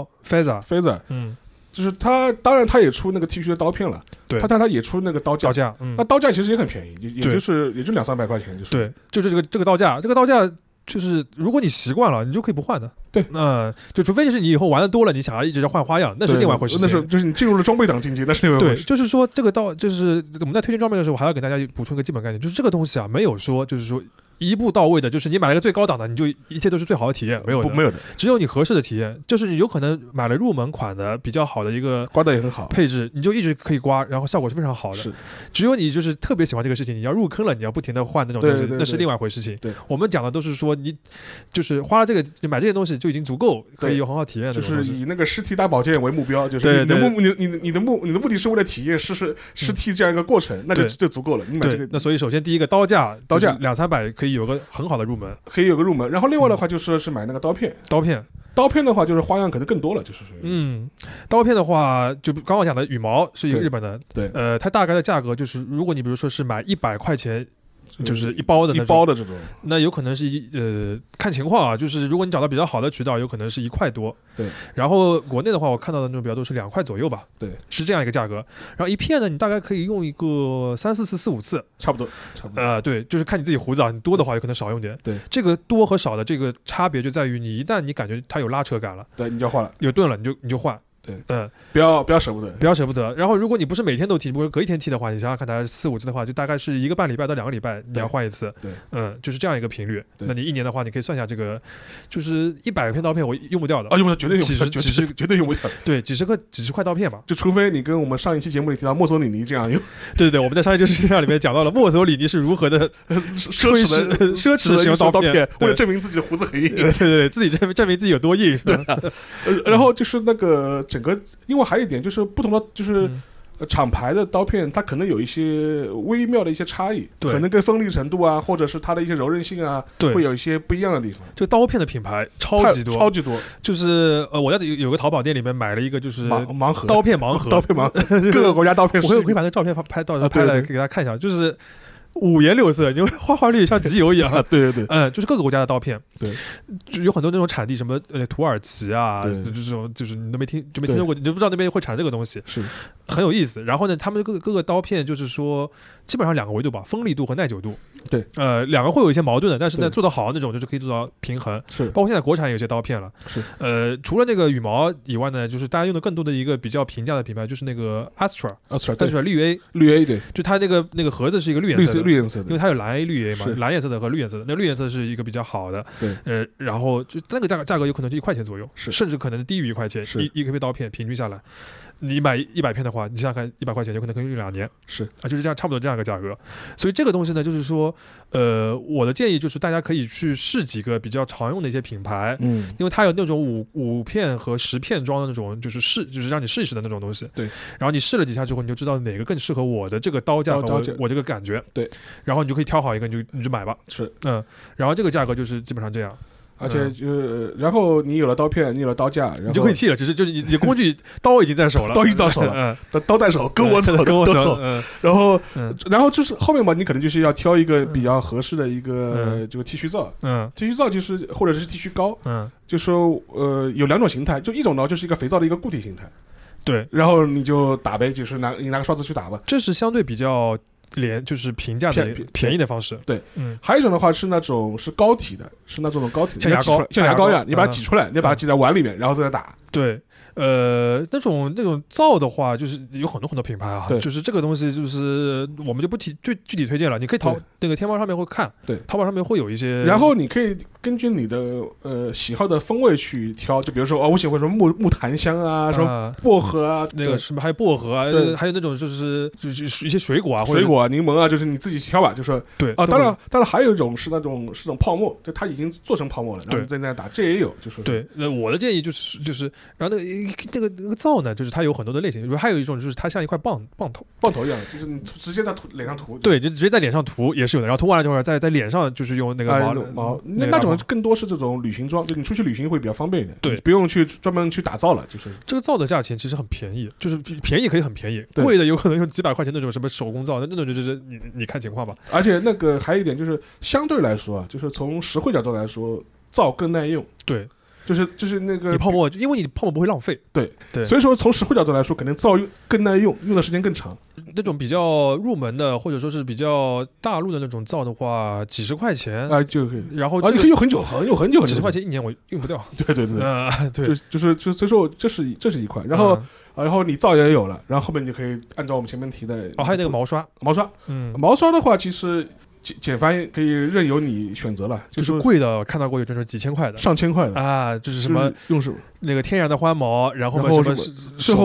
Fazer，就是它当然它也出那个剃须的刀片了，对，它也出那个刀架，那刀架其实也很便宜，也就200-300块钱，就是对，就是这个刀架，就是如果你习惯了，你就可以不换的。 对， 就除非就是你以后玩的多了，你想要一直换花样，那是另外一回事。 那是就是你进入了装备党境界，那是另外一回事。 对，就是说这个刀，就是我们在推荐装备的时候，还要给大家补充一个基本概念，就是这个东西啊，没有说就是说一步到位的，就是你买了一个最高档的，你就一切都是最好的体验，没有的，只有你合适的体验。就是你有可能买了入门款的比较好的一个刮的也很好配置，你就一直可以刮，然后效果是非常好的。是，只有你就是特别喜欢这个事情，你要入坑了，你要不停的换那种东西，那是另外一回事情。对，我们讲的都是说你就是花了这个，你买这些东西， 就已经足够，可以有很好体验的。 就是以那个尸体大保健为目标，就是你的目的是为了体验尸体这样一个过程，那就足够了。你买这个， 那所以首先第一个刀架200-300可以有个很好的入门， 然后另外的话就是买那个刀片的话就是花样可能更多了，就是刀片的话就刚刚讲的羽毛是一个日本的， 对， 它大概的价格就是如果你比如说是买100块钱。就是一包的这种， 那有可能是看情况啊，就是如果你找到比较好的渠道，有可能是1块多。 对， 然后国内的话，我看到的那种比较多是2块左右吧。 对， 是这样一个价格。然后一片呢，你大概可以用一个3、4次、4、5次， 差不多。 对，就是看你自己胡子啊，你多的话有可能少用点。 对， 这个多和少的这个差别就在于你一旦你感觉它有拉扯感了， 对，你就要换了， 有钝了你就换。 对，不要舍不得。然后，如果你不是每天都剃，不是隔一天剃的话，你想想看，大概4、5次的话，就大概是1个半礼拜到2个礼拜，你要换一次。 对， 就是这样一个频率。那你1年的话，你可以算下这个，就是100片刀片我用不掉的用不掉，绝对用不掉。 对，几十块刀片吧， 就除非你跟我们上一期节目里提到墨索里尼这样用。 对，我们在商业就是这样里面讲到了墨索里尼是如何的奢侈的使用刀片， 为了证明自己的胡子很硬。 对，自己证明自己有多硬。 对，然后就是那个整个，因为还有一点就是不同的就是厂牌的刀片，它可能有一些微妙的一些差异，可能跟锋利程度啊，或者是它的一些柔韧性啊，会有一些不一样的地方。 就刀片的品牌超级多，就是我在有个淘宝店里面买了一个就是盲盒刀片盲盒， 各个国家刀片， 我可以把那个照片拍来给大家看一下，就是5颜6色，你花花绿像集邮一样。 对， 就是各个国家的刀片， 对， 就有很多那种产地，什么土耳其啊，这种就是你都没听说过，你都不知道那边会产这个东西， 是很有意思。然后呢，他们各个刀片就是说，基本上2个维度吧，锋利度和耐久度。 对 ，2个会有一些矛盾的，但是呢，做得好那种就是可以做到平衡。 是， 包括现在国产有些刀片了。 是， 除了那个羽毛以外呢，就是大家用的更多的一个比较平价的品牌，就是那个 Astra 绿 A， 对， 就它那个盒子是一个绿颜色的，因为它有蓝 A 绿 A 嘛，蓝颜色的和绿颜色的，那绿颜色是一个比较好的。 对， 然后就那个价格有可能就1块钱左右，甚至可能低于1块钱，一片刀片平均下来。你买100片的话，你想想看，100块钱有可能可以用2年，就是这样，差不多这样一个价格。所以这个东西呢，就是说，我的建议就是大家可以去试几个比较常用的一些品牌，因为它有那种5片和10片装的那种，就是让你试一试的那种东西。 对， 然后你试了几下之后，你就知道哪个更适合我的这个刀架和我这个感觉。 对， 然后你就可以挑好一个，你就买吧。然后这个价格就是基本上这样。 而且然后你有了刀片，你有了刀架，然后你就可以剃了，就是你的工具刀已经在手了， 刀已经到手了，刀在手，跟我走。然后就是后面嘛，你可能就是要挑一个比较合适的一个这个剃须皂，剃须皂就是或者是剃须膏，就说有2种形态，就一种呢就是一个肥皂的一个固体形态， 对，然后你就打呗，就是你拿个刷子去打吧， 这是相对比较就是平价的便宜的方式。 对，还有一种的话是那种是膏体的，是那种膏体， 像牙膏一样，你把它挤出来，你把它挤在碗里面，然后再打。 对，那种皂的话，就是有很多品牌啊，就是这个东西，就是我们就不具体推荐了。你可以那个天猫上面会看， 对， 淘宝上面会有一些， 然后你可以根据你的喜好的风味去挑，就比如说我喜欢什么木檀香啊，什么薄荷啊， 那个什么还有薄荷啊，还有那种就是一些水果啊， 柠檬啊，就是你自己挑吧，就是对啊，当然还有一种是那种泡沫，就它已经做成泡沫了，然后你在那打，这也有，就是对。我的建议就是，然后那个皂呢，就是它有很多的类型，比如还有一种就是它像一块棒头一样，就是你直接在脸上涂， 对，就直接在脸上涂也是有的，然后涂完了之后在脸上就是用那个毛，那种更多是这种旅行装，就你出去旅行会比较方便一点， 对， 不用去专门去打造了，就是这个皂的价钱其实很便宜，就是便宜可以很便宜，贵的有可能用几百块钱那种什么手工皂，那种就是你看情况吧。 而且那个还有一点就是相对来说啊，就是从实惠角度来说，皂更耐用， 对。 就是那个你泡沫，因为你泡沫不会浪费， 对，所以说从实惠角度来说，可能皂更耐用，用的时间更长。 那种比较入门的，或者说是比较大陆的那种皂的话，几十块钱就可以， 然后你可以用很久， 几十块钱1年我用不掉。 对，对，就是所以说这是一块，然后你皂也有了，然后后面你可以按照我们前面提的， 还有那个毛刷， 毛刷的话其实。简翻可以任由你选择了， 就是贵的看到过有这种几千块的、 上千块的啊，就是什么用什么那个天然的欢毛，然后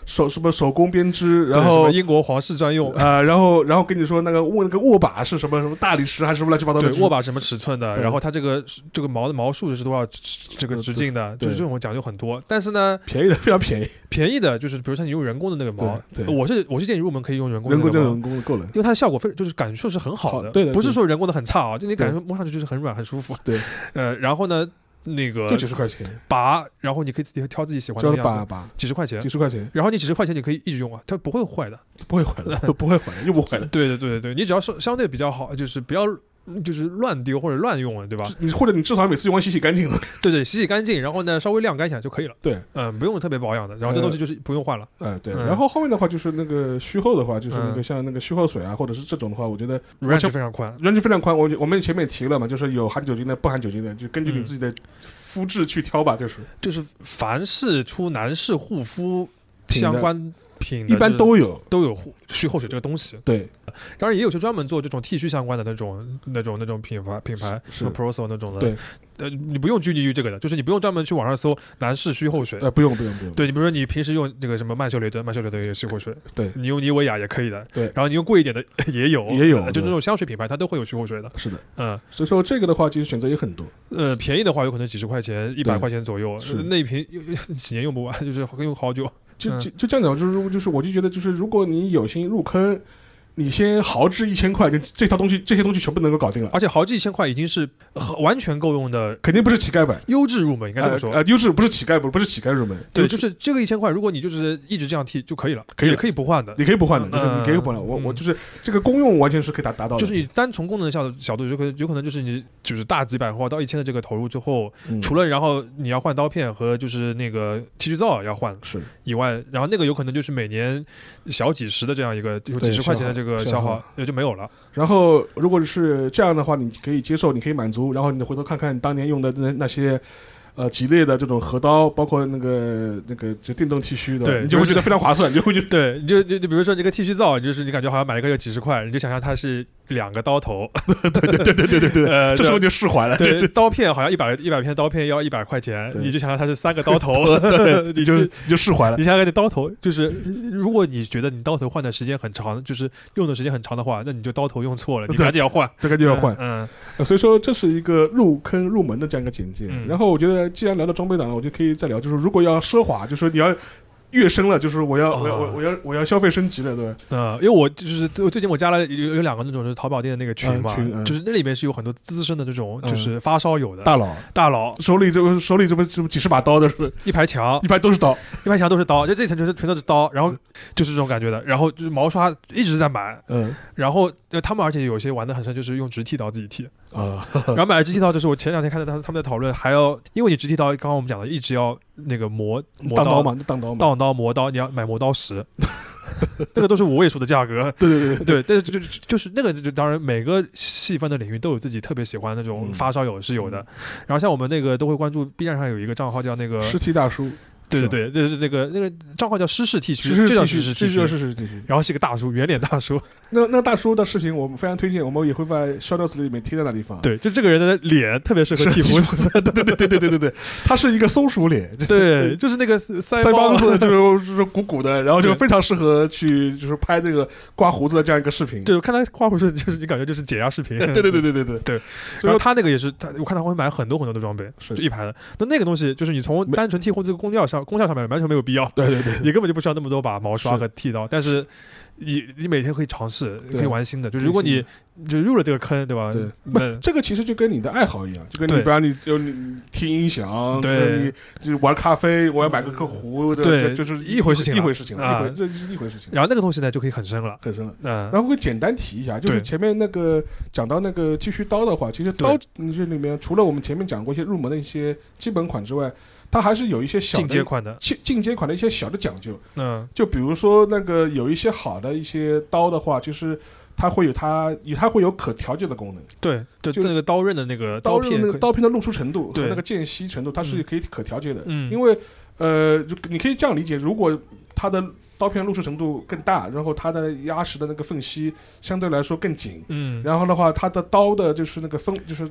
什么手工编织，然后英国皇室专用然后跟你说那个握把是什么大理石还是什么乱七八糟的， 对，握把什么尺寸的，然后它这个毛数是多少这个直径的，就是这种讲究很多。但是呢， 便宜的非常便宜的就是比如说你用人工的那个毛，我是建议入门可以用人工的够了， 因为它的效果就是感受是很好的， 对， 不是说人工的很差啊，就你感觉摸上去就是很软很舒服。 对， 然后呢，那个就几十块钱拔，然后你可以自己挑自己喜欢的样子，几十块钱，然后你几十块钱你可以一直用啊，它不会坏的， 不会坏的，又不坏的。 对，你只要相对比较好，就是不要。就是乱丢或者乱用了，对吧？ 或者你至少每次用完洗干净了。 对，洗干净，然后呢稍微晾干一下就可以了。 对， 不用特别保养的。然后这东西就是不用换了。 对。然后后面的话就是那个虚厚的话，就是那个像那个虚厚水啊，或者是这种的话，我觉得 range 非常宽。 range 非常宽。我们前面也提了嘛，就是有含酒精的，不含酒精的，就根据你自己的肤质去挑吧。 就是凡是出男士护肤相关品一般都有虚厚水这个东西。 对， 当然也有些专门做这种剃须相关的那种品牌，什么 Proso 那种的。 对， 你不用拘泥于这个的，就是你不用专门去网上搜男士虚厚水。 不用。 对，你比如说你平时用这个什么曼秀雷敦也有虚厚水。 对， 你用妮维雅也可以的。 对， 然后你用贵一点的也有，就那种香水品牌它都会有虚厚水的。 是的，所以说这个的话其实选择也很多。 便宜的话有可能几十块钱、100块钱左右，那一瓶几年用不完，就是用好久。 就这样讲，就是我就觉得，就是如果你有心入坑，你先豪掷1000块，这些东西全部能够搞定了。 而且豪掷1000块已经是完全够用的， 肯定不是乞丐版， 优质入门应该这么说。 优质不是乞丐，不是乞丐入门。 对，就是这个1000块，如果你就是一直这样剃就可以了，也可以不换的， 你可以不换的，就是你可以不换的。我就是这个功用完全是可以达到的。 就是你单从功能的角度，有可能就是你就是大几百或到1000的这个投入之后，除了然后你要换刀片和就是那个剃须皂要换是以外，然后那个有可能就是每年小几十的这样一个就几十块钱的这个消耗就没有了。 然后如果是这样的话，你可以接受，你可以满足，然后你回头看看当年用的那些吉列的这种核刀，包括那个就电动剃须的， 对， 你就会觉得非常划算，你就会觉得对，你就比如说这个剃须皂，就是你感觉好像买一个要几十块，你就想象它是2个刀头， 对，这时候就释怀了。 对，刀片好像100片刀片要100块钱，你就想象它是3个刀头， 你就释怀了。 你想想你刀头，就是如果你觉得你刀头换的时间很长，就是用的时间很长的话，那你就刀头用错了，你赶紧要换， 赶紧要换。所以说这是一个入坑入门的这样一个简介。然后我觉得既然聊到装备党了，我就可以再聊，就是如果要奢华，就是你要越升了，就是我要消费升级了，对吧？ 因为我就是最近我加了有2个那种就是淘宝店的那个群嘛，就是那里面是有很多资深的这种就是发烧友的大佬，手里这么几十把刀的，是不是？ 一排墙都是刀， 就这层全都是刀，然后就是这种感觉的，然后就是毛刷一直在买，然后他们而且有些玩的很深，就是用直剃刀自己剃。然后买了直剃刀，就是我前2天看到他们在讨论，还要因为你直剃刀，刚刚我们讲的，一直要那个磨刀嘛， 当刀磨刀，你要买磨刀石，那个都是5位数的价格。对，但是就是那个就当然每个细分的领域都有自己特别喜欢的那种发烧友是有的。然后像我们那个都会关注 B 站上有一个账号叫那个尸体大叔。 对，就是那个账号叫湿式剃须， 就叫湿式剃须，然后是一个大叔，圆脸大叔。 那个大叔的视频我们非常推荐，我们也会在 show notes 里面贴在那地方。 对，就这个人的脸特别适合剃胡子。 对，他是一个松鼠脸。 对，就是那个腮帮子就是鼓鼓的，然后就非常适合去就是拍这个刮胡子的这样一个视频。 对，我看他刮胡子就是你感觉就是解压视频。对。然后他那个也是我看他会买很多的装备，就一排的。那个东西就是你从单纯剃胡子这个功效上面完全没有必要。 对， 你根本就不需要那么多把毛刷和剃刀，但是你每天可以尝试，可以玩新的。就是如果你就入了这个坑，对吧？ 对，这个其实就跟你的爱好一样，就跟你比方你听音响，对，你就玩咖啡，我要买个客壶， 对， 就是一回事情， 这是一回事情。 然后那个东西呢就可以很深了。 然后会简单提一下，就是前面那个讲到那个剃须刀的话，其实刀这里面除了我们前面讲过一些入门的一些基本款之外，它还是有一些小的进阶款的一些小的讲究。就比如说那个有一些好的一些刀的话，就是它会有可调节的功能。 对，就那个刀刃的那个刀片的露出程度和那个间隙程度，它是可调节的。因为你可以这样理解，如果它的刀片露出程度更大，然后它的压实的那个缝隙相对来说更紧，然后的话它的刀的就是那个就是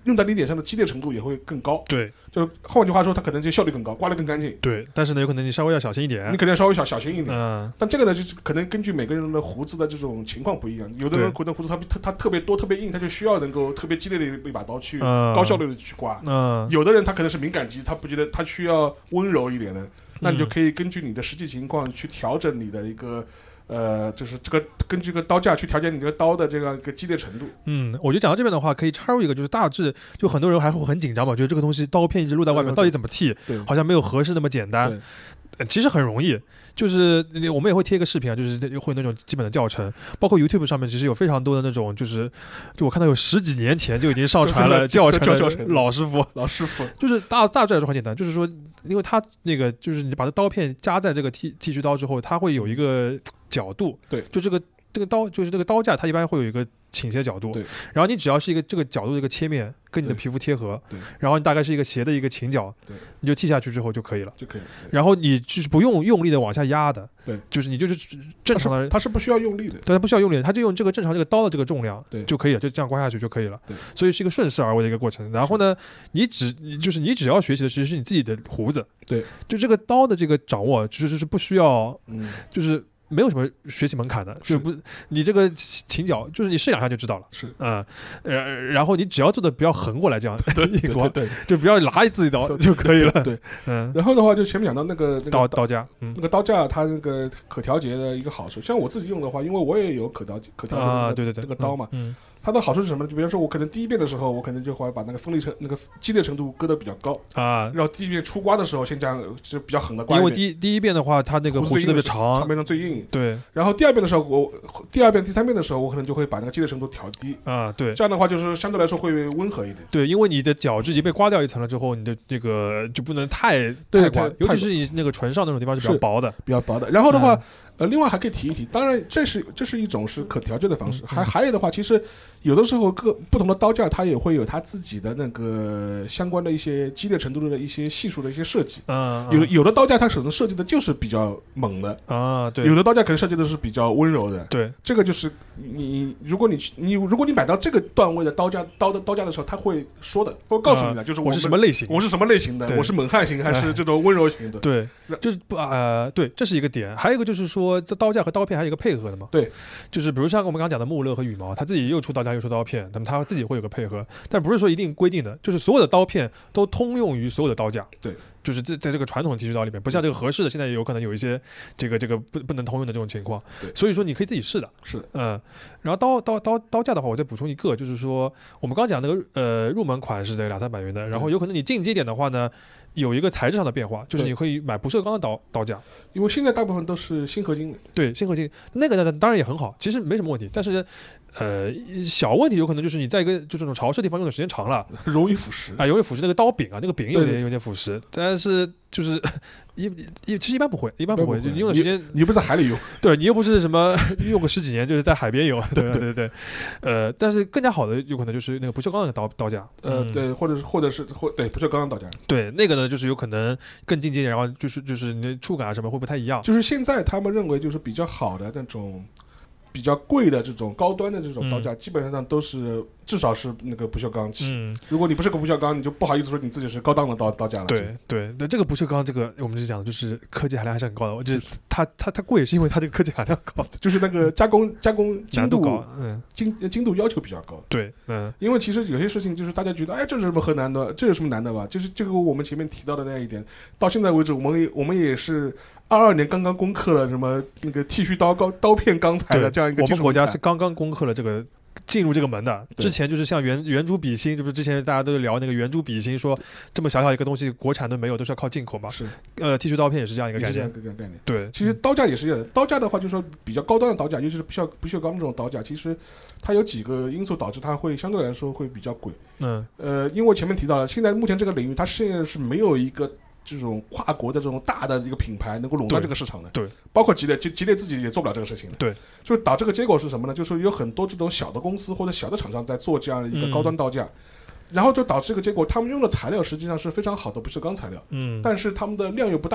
用在你脸上的激烈程度也会更高。 对， 就换句话说，它可能就效率更高，刮得更干净。 对，但是呢，有可能你稍微要小心一点， 你可能要稍微小心一点。但这个呢，就是可能根据每个人的胡子的这种情况不一样，有的人可能胡子它特别多、特别硬，他就需要能够特别激烈的一把刀去高效率的去刮。有的人他可能是敏感肌，他不觉得他需要温柔一点的，那你就可以根据你的实际情况去调整你的一个。就是这个根据这个刀架去调节你这个刀的这样一个激烈程度。 我觉得讲到这边的话，可以插入一个，就是大致就很多人还会很紧张嘛，觉得这个东西刀片一直露在外面，到底怎么剃？好像没有合适那么简单。其实很容易，就是我们也会贴一个视频啊，就是会有那种基本的教程，包括 YouTube 上面其实有非常多的那种，就我看到有10几年前就已经上传了教程的老师傅，就是大致来说很简单，就是说，因为他那个就是你把这刀片夹在这个剃须刀之后，它会有一个角度， 对， 就这个刀就是这个刀架，它一般会有一个倾斜角度， 对， 然后你只要是一个这个角度的一个切面跟你的皮肤贴合， 对， 然后你大概是一个斜的一个倾角， 对， 你就剃下去之后就可以了， 然后你就是不用力的往下压的， 对， 就是你就是正常的， 它是不需要用力的， 对，它不需要用力的，它就用这个正常这个刀的这个重量， 对， 就可以了，就这样刮下去就可以了， 对， 所以是一个顺势而为的一个过程。然后呢，你只要学习的其实是你自己的胡子， 对， 就这个刀的这个掌握，就是不需要，就是没有什么学习门槛的，就不你这个倾角，就是你试两下就知道了， 是然后你只要做的不要横过来这样， 对， 就不要拿自己刀就可以了， 对，然后的话就前面讲到那个刀架， 那个刀架它那个可调节的一个好处，像我自己用的话，因为我也有可调节对这个刀嘛，它的好处是什么呢？就比如说我可能第一遍的时候，我可能就会把那个那个激烈程度搁得比较高然后第一遍出刮的时候，先这样就比较狠的刮一遍。 因为第一遍的话，它那个胡须特别长边上最硬。 对。 然后第二遍的时候，第二遍、第三遍的时候，我可能就会把那个激烈程度调低对。 这样的话，就是相对来说会温和一点。 对，因为你的角质已经被刮掉一层了之后，你的这个就不能太刮，尤其是你那个唇上那种地方是比较薄的， 然后的话。另外还可以提一提，当然这是一种是可调节的方式，还有的话，其实有的时候不同的刀架它也会有它自己的那个相关的一些激烈程度的一些系数的一些设计。有的刀架它可能设计的就是比较猛的对， 有的刀架可能设计的是比较温柔的。 对， 这个就是如果你买到这个段位的刀架的时候，他会说的，会告诉你的，就是我是什么类型， 我是什么类型的，我是猛悍型还是这种温柔型的。 对，就是对，这是一个点。还有一个就是说。这刀架和刀片还有一个配合的嘛？ 对， 就是比如像我们刚刚讲的穆勒和羽毛，他自己又出刀架又出刀片，那么他自己会有个配合，但不是说一定规定的，就是所有的刀片都通用于所有的刀架。对，就是在这个传统的剃须刀里面，不像这个合适的，现在有可能有一些这个不能通用的这种情况。所以说你可以自己试的。 是， 然后刀架的话，我再补充一个，就是说我们刚讲那个入门款是这个200-300元的，然后有可能你进阶点的话呢。有一个材质上的变化，就是你可以买不锈钢的刀架， 因为现在大部分都是锌合金的。 对，锌合金那个呢，当然也很好，其实没什么问题。但是，小问题有可能就是你在一个就这种潮湿地方用的时间长了， 容易腐蚀容易腐蚀那个刀柄啊，那个柄有点腐蚀。但是就是其实一般不会，就你用的时间， 你不是在海里用， 对你又不是什么用个10几年，就是在海边用，对。但是更加好的有可能就是那个不锈钢的刀架， 对，或者是对不锈钢的刀架， 对那个呢就是有可能更进阶，然后就是你的触感啊什么会不太一样。 就是现在他们认为就是比较好的那种。比较贵的这种高端的这种刀架，基本上都是至少是那个不锈钢漆。如果你不是个不锈钢，你就不好意思说你自己是高档的刀架了。 对，那这个不锈钢，这个我们就讲的就是科技含量还是很高的。就是它贵是因为它这个科技含量高， 就是那个加工精度高， 精度要求比较高。 对， 因为其实有些事情就是大家觉得，哎，这是什么难的？这有什么难的吧？就是这个我们前面提到的那一点，到现在为止，我们也是。22年刚刚攻克了什么那个剃须刀片钢材的这样一个技术， 我们国家是刚刚攻克了这个进入这个门的。之前就是像圆珠笔芯，就是之前大家都聊那个圆珠笔芯，说这么小一个东西国产都没有，都是要靠进口嘛。 是， 剃须刀片也是这样一个概念。对， 其实刀架也是这样的。刀架的话，就是说比较高端的刀架，尤其是不锈钢这种刀架，其实它有几个因素导致它会相对来说会比较贵。因为前面提到了，现在目前这个领域，它现在是没有一个。这种跨国的这种大的一个品牌能够垄断这个市场的， 对， 包括吉列自己也做不了这个事情的， 对， 就是导致个结果是什么呢？就是有很多这种小的公司或者小的厂商在做这样一个高端刀架，然后就导致一个结果，他们用的材料实际上是非常好的不锈钢材料，但是他们的量又不大，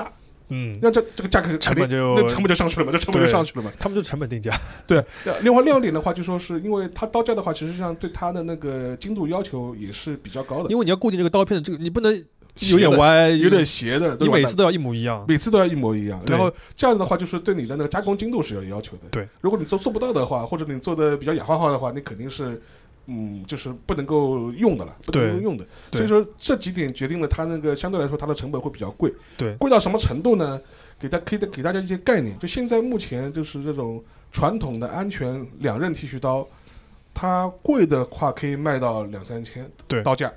那这个价格成本就上去了嘛，这成本就上去了嘛， 他们就成本定价。 对，另外一点的话，就说是因为它刀架的话，其实上对它的那个精度要求也是比较高的， 因为你要固定这个刀片的这个，你不能有点歪， 有点斜的， 你每次都要一模一样， 然后这样的话，就是对你的那个加工精度是有要求的。 对， 如果你做不到的话，或者你做的比较雅化的话，你肯定是。就是不能够用的了，不能够用的。所以说这几点决定了它那个相对来说它的成本会比较贵。 对， 贵到什么程度呢？可以给大家一些概念。就现在目前就是这种传统的安全两刃剃须刀，它贵的话可以卖到2-3千。 对， 刀架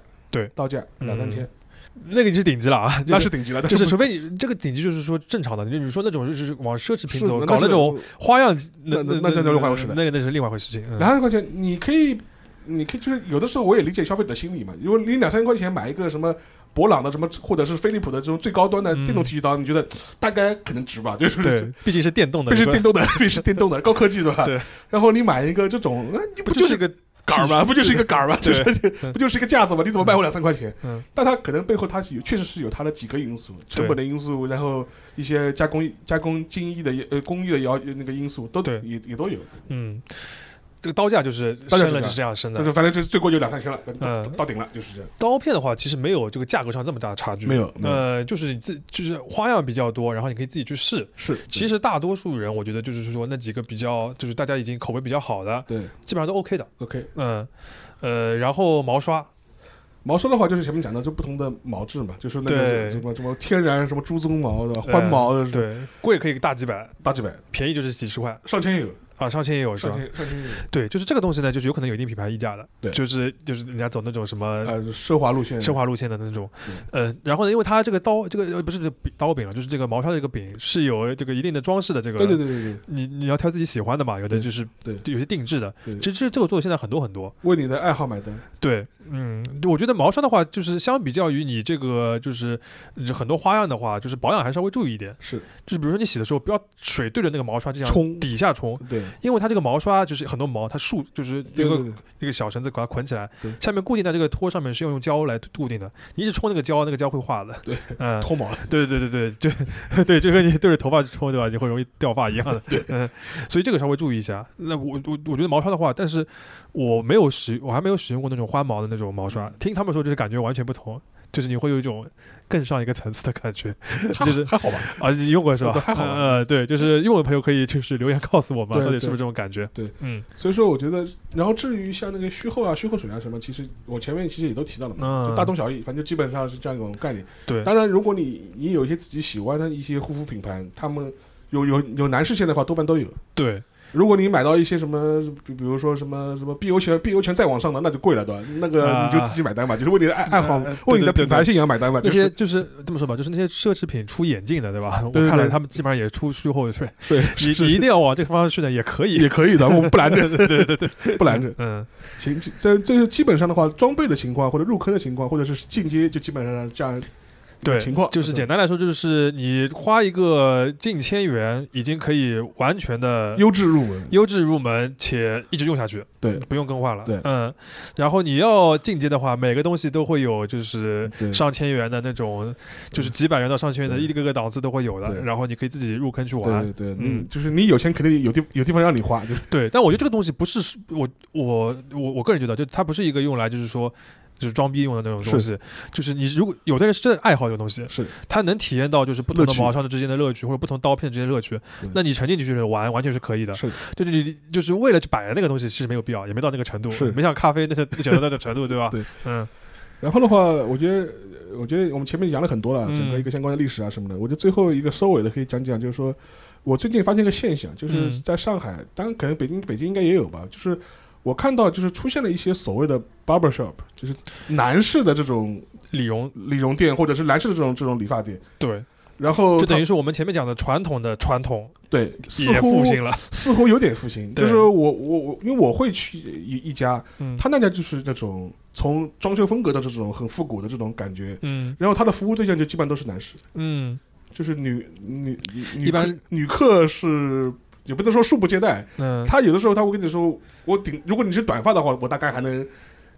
2-3千。 那个是顶级了啊， 那是顶级了， 就是除非你这个顶级就是说正常的，你说那种就是往奢侈品走，搞那种花样，那是另外回事的， 那是另外回事情。 2-3块钱，你可以就是有的时候我也理解消费者的心理嘛。如果你2-3块钱买一个什么博朗的什么或者是飞利浦的这种最高端的电动剃须刀，你觉得大概可能值吧？就是对，毕竟是电动的， 必须是电动的高科技对吧？ 对。 然后你买一个这种，那你不就是个杆儿吗？不就是一个杆儿吗？不就是一个架子吗？你怎么卖我2-3块钱？但它可能背后它确实是有它的几个因素，成本的因素，然后一些加工精益的工艺的那个因素也都有。 这个刀架就是升了，就是这样升的， 就是反正就是最贵就2-3千了，到顶了，就是这样。 刀片的话，其实没有这个价格上这么大的差距， 没有。 就是就是花样比较多，然后你可以自己去试。 是， 其实大多数人，我觉得就是说那几个比较，就是大家已经口碑比较好的， 对， 基本上都 OK 的。 OK， 然后毛刷的话，就是前面讲的就不同的毛质嘛，就是那个什么天然什么猪鬃毛的、欢毛的， 对，贵可以大几百，便宜就是几十块， 上千也有。 上千也有是吧？对，就是这个东西呢，就是有可能有一定品牌溢价的， 对， 就是人家走那种什么奢华路线的那种，然后呢，因为它这个不是刀柄了，就是这个毛刷这个柄是有这个一定的装饰的，这个对， 你要挑自己喜欢的嘛，有的就是有些定制的，其实这个做的现在很多， 为你的爱好买单。 对，我觉得毛刷的话，就是相比较于你这个就是很多花样的话，就是保养还稍微注意一点， 是， 就是比如说你洗的时候不要水对着那个毛刷这样冲底下冲， 对。 因为它这个毛刷就是很多毛，它就是一个小绳子把它捆起来，下面固定在这个托上面是用胶来固定的。你一直冲那个胶会化的。 对，脱毛了。 对，就跟你对着头发冲对吧？你会容易掉发一样的。 对， 所以这个稍微注意一下。那我觉得毛刷的话，但是我还没有使用过那种花毛的那种毛刷，听他们说就是感觉完全不同。就是你会有一种更上一个层次的感觉，就是还好吧？ 啊，你用过是吧？ 还好吧？ 对，就是用的朋友可以就是留言告诉我们，到底是不是这种感觉？ 对，所以说我觉得，然后至于像那个虚厚水啊什么，其实我前面也都提到了嘛，就大同小异，反正基本上是这样一种概念。 对， 当然如果你有一些自己喜欢的一些护肤品牌，他们有男士线的话，多半都有。 对。 如果你买到一些什么，比如说什么碧欧泉再往上的，那就贵了的，那个你就自己买单吧，就是为你的爱好，为你的品牌信仰买单吧。 那些就是这么说吧，就是那些奢侈品出眼镜的，对吧？我看来他们基本上也出虚厚水，你一定要往这个方向去的，也可以的，我们不拦着， 对，不拦着。行，这基本上的话，装备的情况或者入坑的情况，或者是进阶，就基本上这样。 对， 情况就是简单来说，就是你花一个近1000元，已经可以完全的优质入门， 且一直用下去， 对， 不用更换了， 对， 然后你要进阶的话，每个东西都会有，就是上千元的那种，就是几百元到上千元的一个个档次都会有的，然后你可以自己入坑去玩， 对，就是你有钱肯定有地方让你花， 对，但我觉得这个东西不是我个人觉得，就它不是一个用来就是说。就是装逼用的那种东西，就是你如果有的人是真的爱好这个东西， 是他能体验到就是不同的毛刷之间的乐趣，或者不同刀片之间的乐趣，那你沉浸进去玩完全是可以的。 是， 就是为了去摆那个东西，其实没有必要，也没到那个程度， 是没像咖啡那讲到那个程度，对吧？ 对，然后的话，我觉得我们前面讲了很多了，整个一个相关的历史啊什么的，我觉得最后一个收尾的可以讲，就是说我最近发现一个现象，就是在上海，当然可能北京应该也有吧，就是我看到就是出现了一些所谓的 barber shop， 就是男士的这种理容店，或者是男士的这种理发店。 对， 然后就等于是我们前面讲的传统， 对， 也复兴了， 似乎有点复兴。就是我因为我会去一家，他那家就是那种从装修风格的这种很复古的这种感觉，然后他的服务对象就基本上都是男士，就是一般女客是。也不能说恕不接待，他有的时候他会跟你说，如果你是短发的话，我大概还能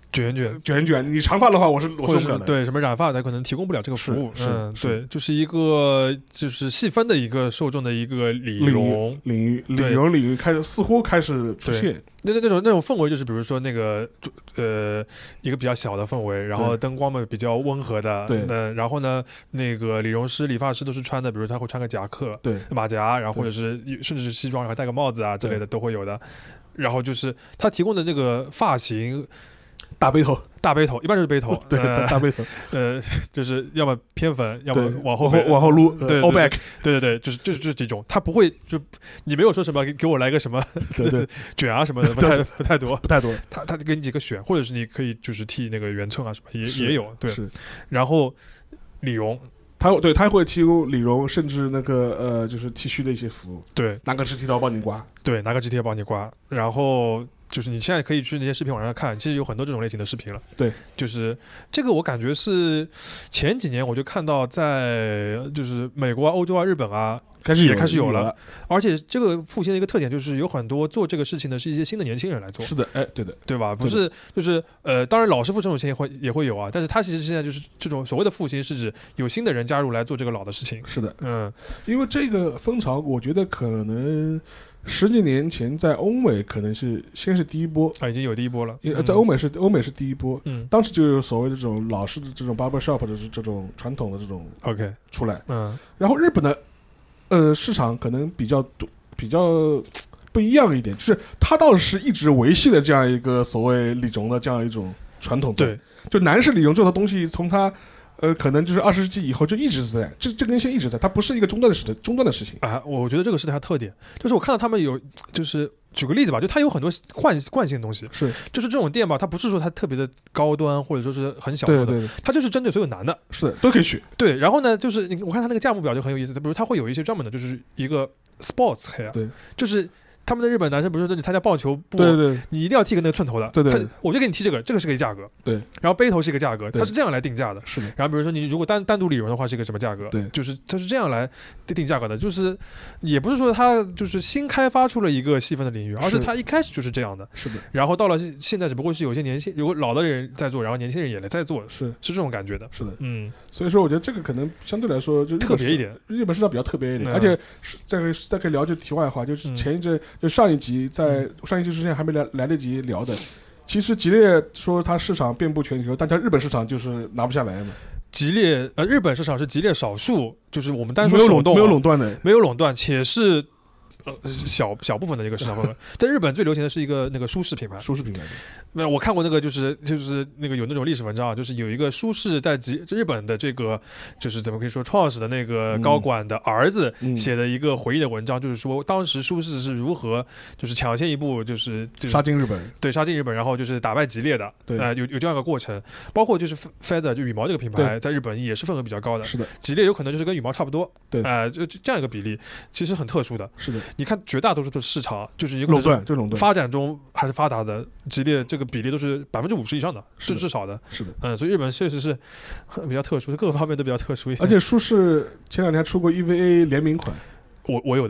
卷，你长发的话我受不了的。 对，什么染发的可能提供不了这个服务。对，就是一个就是细分的一个受众的一个理容领域似乎开始出现。 那种氛围就是比如说那个一个比较小的氛围，然后灯光嘛比较温和的。 对， 然后呢那个理容师理发师都是穿的，比如他会穿个夹克，对，马甲，然后或者是甚至是西装，然后戴个帽子啊之类的都会有的。然后就是他提供的那个发型。 大背头， 一般就是背头， 对，大背头， 就是要么偏粉，要么往后撸， 对 ，all back， 对，就是这种，他不会就你没有说什么给我来个什么， 对， 卷啊什么的，不太多，他给你几个选，或者是你可以就是剃那个圆寸啊什么也有，对，然后理容。 他会提供理容，甚至那个就是剃须的一些服务， 对， 拿个直剃刀帮你刮， 然后就是你现在可以去那些视频网上看，其实有很多这种类型的视频了。 对， 就是这个我感觉是前几年我就看到在就是美国啊、欧洲啊、日本啊也开始有了，而且这个复兴的一个特点就是有很多做这个事情的是一些新的年轻人来做。 是的，对的， 对吧？不是，就是当然老师傅这种情况也会有啊，但是他其实现在就是这种所谓的复兴是指有新的人加入来做这个老的事情。 是的，因为这个风潮，我觉得可能10几年前在欧美可能是先是第一波已经有第一波了。 在欧美是第一波，当时就有所谓的这种老式的这种 barber shop 或者是这种传统的这种 OK 出来，然后日本的市场可能比较不一样一点，就是它倒是一直维系了这样一个所谓理容的这样一种传统， 对， 就男士理容这套东西从它可能就是20世纪以后就一直在，这根线一直在，它不是一个中断的事情啊。我觉得这个是它的特点，就是我看到他们有，就是举个例子吧，就它有很多惯性的东西， 是， 就是这种店吧，它不是说它特别的高端或者说是很小众的， 对， 它就是针对所有男的， 是都可以去。 对，然后呢，就是我看它那个价目表就很有意思，比如它会有一些专门的，就是一个 sports hair， 对，就是他们的日本男生不是说你参加棒球部， 对， 你一定要剃个那个寸头的， 对， 我就给你剃这个是个价格， 对， 然后背头是一个价格，它是这样来定价的， 是的。 然后比如说你如果单独理容的话是一个什么价格， 对， 就是它是这样来定价格的，就是也不是说它就是新开发出了一个细分的领域，而是它一开始就是这样的， 是的。 然后到了现在，只不过是有些有老的人在做，然后年轻人也来在做，是这种感觉的， 是的，所以说我觉得这个可能相对来说就特别一点， 日本市场比较特别一点，而且再可以聊句题外话，就是上一集。在上一期之前还没来得及聊的，其实吉列说它市场遍布全球，但它日本市场就是拿不下来嘛。 吉列日本市场是吉列少数，就是我们单说没有垄断的， 没有垄断，且是小部分的一个市场份额。在日本最流行的是一个那个舒适品牌。没有，我看过那个就是那个有那种历史文章，就是有一个舒适在日本的这个就是怎么可以说创始的那个高管的儿子写的一个回忆的文章，就是说当时舒适是如何就是抢先一步就是杀进日本， 对，杀进日本，然后就是打败吉列的，对，有这样一个过程。包括就是 Feather 就羽毛这个品牌在日本也是份额比较高的， 是的， 吉列有可能就是跟羽毛差不多，对，就这样一个比例，其实很特殊的， 是的。 你看绝大多数的市场就是一个垄断， 发展中还是发达的，吉列这个比例都是50%以上的，是至少的， 是的， 所以日本确实是比较特殊，各个方面都比较特殊一些。 而且舒适前2年还出过 EVA 联名款， 我有的，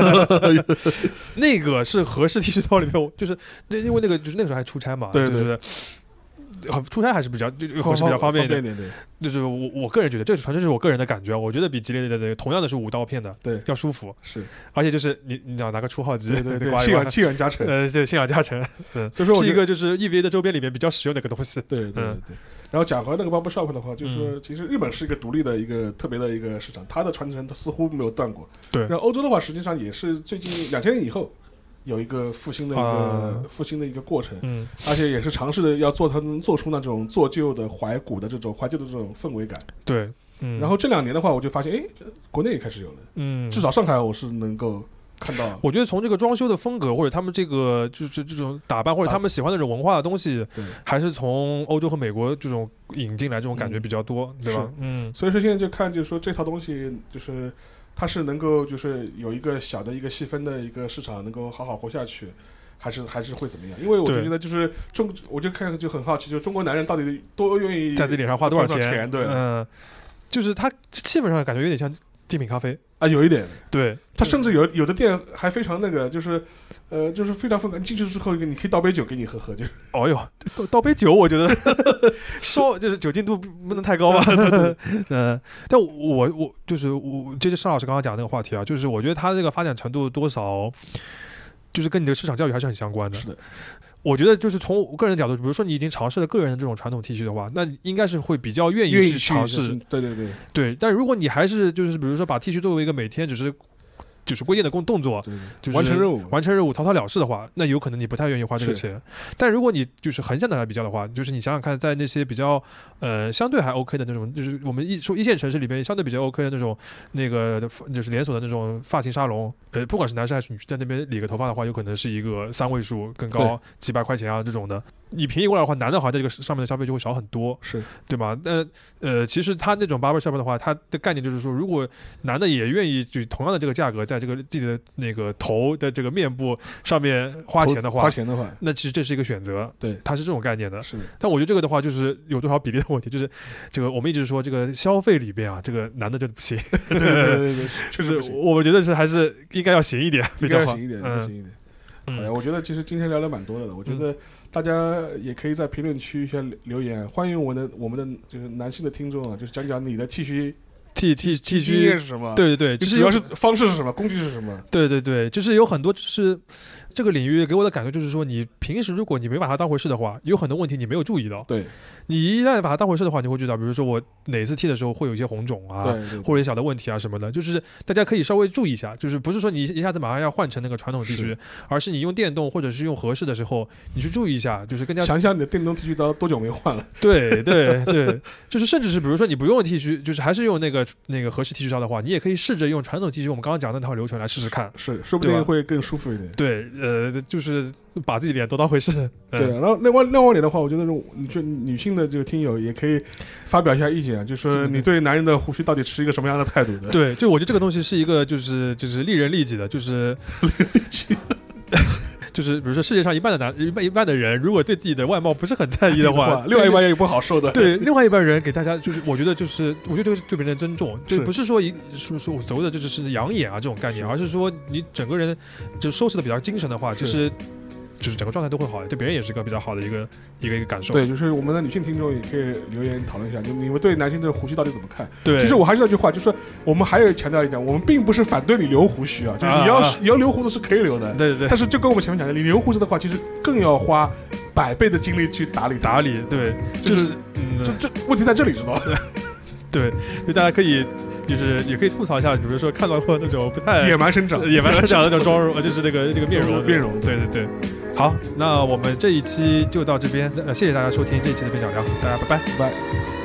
那个是和氏剃须刀里面，就是因为那个就是那个时候还出差嘛， 对， 就是出差还是比较方便一点， 对， 就是我个人觉得，这纯粹是我个人的感觉，我觉得比吉列的同样的是5刀片的， 对， 要舒服， 是， 而且就是你要拿个出号机， 对，信仰加成， 对，信仰加成， 所以说是一个就是 EVA 的周边里面比较实用的一个东西， 对。然后讲回那个 barber shop 的话，就是说，其实日本是一个独立的一个特别的一个市场，它的传承它似乎没有断过。 对。 然后欧洲的话，实际上也是最近2000年以后有一个复兴的一个过程，而且也是尝试的要做出那种做旧的怀旧的这种氛围感。 对。 然后这2年的话，我就发现，国内也开始有了。至少上海我是能够看到， 我觉得从这个装修的风格或者他们这个就是这种打扮或者他们喜欢的这种文化的东西，还是从欧洲和美国这种引进来这种感觉比较多，对吧？ 所以说现在就看就是说这套东西就是它是能够就是有一个小的一个细分的一个市场能够好好活下去，还是会怎么样？因为我就觉得就是我就看就很好奇，就中国男人到底多愿意在自己脸上花多少钱？ 对， 就是他气氛上感觉有点像精品咖啡啊，有一点， 对， 它甚至有的店还非常那个，就是非常风格。你进去之后，你可以倒杯酒给你喝，就是。 哦哟，倒杯酒，我觉得就是酒精度不能太高吧。但我就是接着邵老师刚刚讲的那个话题啊，就是我觉得它这个发展程度多少，就是跟你的市场教育还是很相关的。 是的。 我觉得就是从我个人的角度，比如说你已经尝试了个人的这种传统 T 恤的话，那应该是会比较愿意去尝试。对。但如果你还是就是比如说把 T 恤作为一个每天只是规定的动作，就是完成任务草草了事的话，那有可能你不太愿意花这个钱。但如果你就是横向的来比较的话，就是你想想看，在那些比较相对还 OK 的那种，就是我们说一线城市里边相对比较 OK 的那种那个就是连锁的那种发型沙龙，不管是男生还是女生，在那边理个头发的话，有可能是一个3位数更高几百块钱啊这种的。你便宜过来的话，男的好像在这个上面的消费就会少很多， 是对吧？其实他那种 barber shop 的话，他的概念就是说，如果男的也愿意就同样的这个价格，在这个自己的那个头的这个面部上面花钱的话，那其实这是一个选择， 对， 它是这种概念的。 是， 但我觉得这个的话，就是有多少比例的问题，就是这个我们一直说这个消费里边啊，这个男的就不行， 对，确实我觉得是还是应该要行一点比较好， 行一点。好呀，我觉得其实今天聊了蛮多的了，我觉得大家也可以在评论区下留言，欢迎我们的就是男性的听众啊，就是讲讲你的 T 恤经验是什么？ 对， 就是主要是方式是什么，工具是什么？ 对，就是有很多就是这个领域给我的感觉就是说，你平时如果你没把它当回事的话，有很多问题你没有注意到。 对， 你一旦把它当回事的话，你会知道，比如说我哪次剃的时候会有一些红肿啊， 对， 或者小的问题啊什么的，就是大家可以稍微注意一下，就是不是说你一下子马上要换成那个传统 T 恤，而是你用电动或者是用合适的时候，你去注意一下，就是更加想想你的电动 T 恤多久没换了？ 对，就是甚至是比如说你不用 T 恤，就是还是用那个合适 T 恤套的话，你也可以试着用传统 T 恤我们刚刚讲的那套流程来试试看， 是，说不定会更舒服一点。 对，就是把自己脸多当回事。 对，然后另外一点的话，我觉得女性的这个听友也可以发表一下意见，就是说你对男人的胡须到底持一个什么样的态度的？ 对，就我觉得这个东西是一个就是利人利己的，就是就是比如说世界上一半的人，如果对自己的外貌不是很在意的话， 另外一半也不好受的。 对，另外一半人给大家就是，我觉得这个是对别人的尊重，就不是说说我所谓的就是养眼啊这种概念，而是说你整个人就收拾的比较精神的话，就是整个状态都会好，对别人也是一个比较好的一个感受。 对，就是我们的女性听众也可以留言讨论一下，就你们对男性的胡须到底怎么看？ 对， 其实我还是那句话，就是我们还有强调一点，我们并不是反对你留胡须啊，就是你要留胡子是可以留的， 对。 但是就跟我们前面讲的，你留胡子的话，其实更要花100倍的精力去打理。 对， 就是这问题在这里，知道吗？ 对，就大家可以。就是也可以吐槽一下，比如说看到过那种不太野蛮生长的那种妆容，就是这个面容。对。好，那我们这一期就到这边，谢谢大家收听这一期的边角聊，大家拜拜。